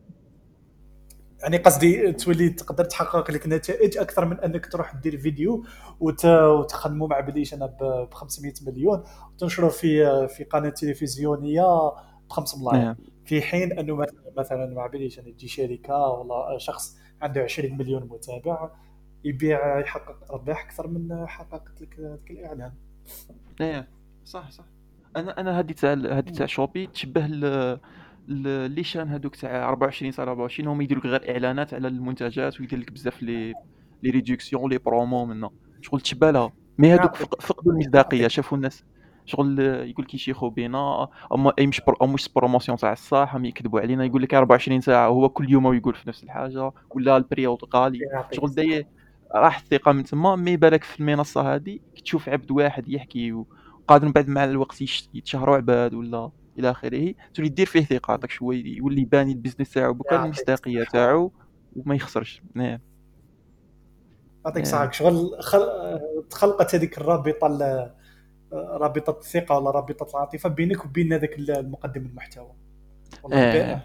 يعني قصدي تولي تقدر تحقق لك نتائج اكثر من انك تروح دير فيديو وتخدموا مع بليش انا ب 500 مليون وتنشره في قناه تلفزيونيه ب 5 ملايين. ايه في حين انه مثلا مع بليش انا تجي شركه ولا شخص عنده 20 مليون متابع يبيع يحقق ربح اكثر من حققت لك الاعلان. ايه صح انا هذه تاع شوبي تشبه لي شان هذوك تاع 24 ساعه 24 هما يديروا لك غير اعلانات على المنتجات ويدير لك بزاف لي ريدكسيون لي برومو منها شغل تشبه لها. مي هذوك يعطيك فقدوا المصداقيه، يعطيك شافوا الناس شغل يقول لك يشيخوا بينا اما اي مش بروموسيون تاع الصح، هم يكذبوا علينا يقول لك 24 ساعه وهو كل يوم يقول في نفس الحاجه ولا البري غالي يعطيك شغل الصحة. داير. راح الثقه من تما. مي بالك في المنصه هذه تشوف عبد واحد يحكي وقادر من بعد مع الوقت يتشهروا عباد ولا الى اخره، تولي دير فيه ثقه داك شويه يولي يباني البيزنس تاعو بكل يعطيك المصداقيه الصحة. تاعو وما يخسرش. نعم. يعطيك الصحة. نعم. شغل تخلقت هذيك الرابطة رابطة الثقة ولا رابطة العاطفة بينك وبين هذاك المقدم المحتوى ولا اه البائع.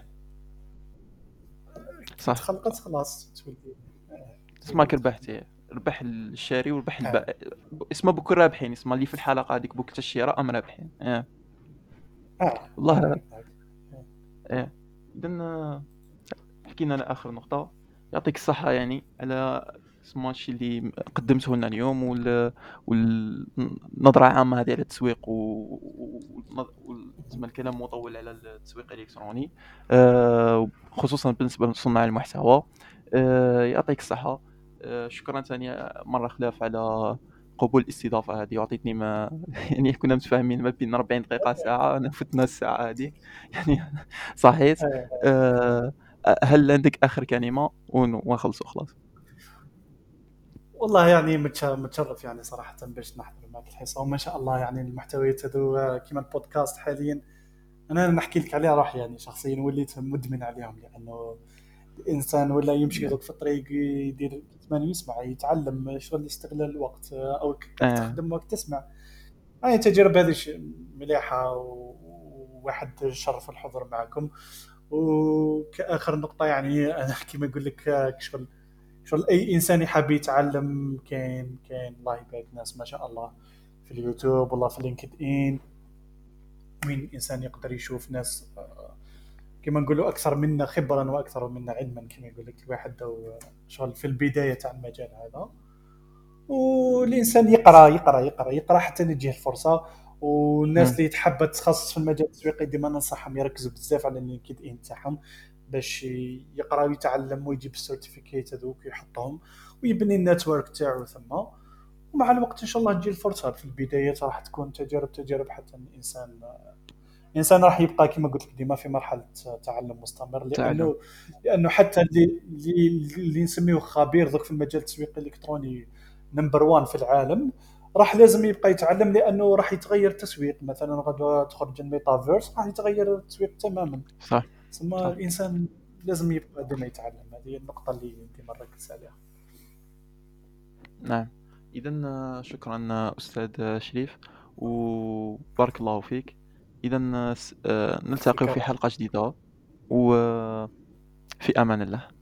كي صح. تخلقت خلاص اسمك تولي ربحتي، ربح الشاري وربح آه. اسمه بكل رابحين، اسمه اللي في الحلقه هذيك بوك حتى الشراء ام رابحين. والله. هكذا هكذا. اذا حكينا على اخر نقطه. يعطيك الصحه يعني على اسمه الشيء اللي قدمته لنا اليوم والنظره عامه هذه على التسويق اسمه الكلام مطول على التسويق الالكتروني، خصوصا بالنسبه لصناع المحتوى. يعطيك الصحه. شكرا ثانية مرة خلاف على قبول الاستضافة هذه وعطيتني ما يعني كنا متفاهمين ما بين 40 دقيقة ساعة، أنا فتنا الساعة هذه يعني صحيت. آه. آه، هل عندك آخر كلمة ونخلصوا خلاص؟ والله يعني متشرف يعني صراحة باش نحضر معك الحصة، وما شاء الله يعني المحتويات هذو كيما البودكاست حاليا أنا نحكي لك عليها راح يعني شخصيا وليت مدمن عليهم، لأنه الانسان ولا يمشي نعم. يدوك في الطريق يدير كمان يسمع يتعلم شغل استغلال الوقت او كيف آه تخدم وقت تسمع. يعني تجربة هذه مليحة وواحد شرف الحضور معكم. وكآخر نقطة يعني أنا كما يقول لك شغل أي إنسان يحب يتعلم كاين الله يبارك ناس ما شاء الله في اليوتيوب والله في لينكد إن، وين الإنسان يقدر يشوف ناس كما نقولوا اكثر منا خبرا واكثر منا علما، كما يقول لك الواحد لو شغل في البدايه تاع المجال هذا، والانسان يقرا حتى تجيه الفرصه. والناس مم. اللي تحب تتخصص في المجال التسويقي ديما ننصحهم يركزوا بزاف على اللينكد ان تاعهم باش يقرا ويتعلم ويجيب السيرتيفيكيت هذوك ويحطهم ويبني النتورك تاعو ثم. ومع الوقت ان شاء الله تجي الفرصه. في البدايات راح تكون تجارب حتى الانسان راح يبقى كما قلت لك ديما في مرحله تعلم مستمر، تعلم. لانه حتى اللي نسميه خبير ذوك في المجال التسويقي الالكتروني نمبر 1 في العالم راح لازم يبقى يتعلم، لانه راح يتغير التسويق. مثلا غدوه تخرج الميتافيرس راح يتغير التسويق تماما. صح. ثم صح. الانسان لازم يبقى ديما يتعلم. هذه النقطه اللي ديما نركز عليها. نعم. إذا شكرا أستاذ شريف وبارك الله فيك. إذا نلتقي فيك في الله. حلقة جديدة وفي أمان الله.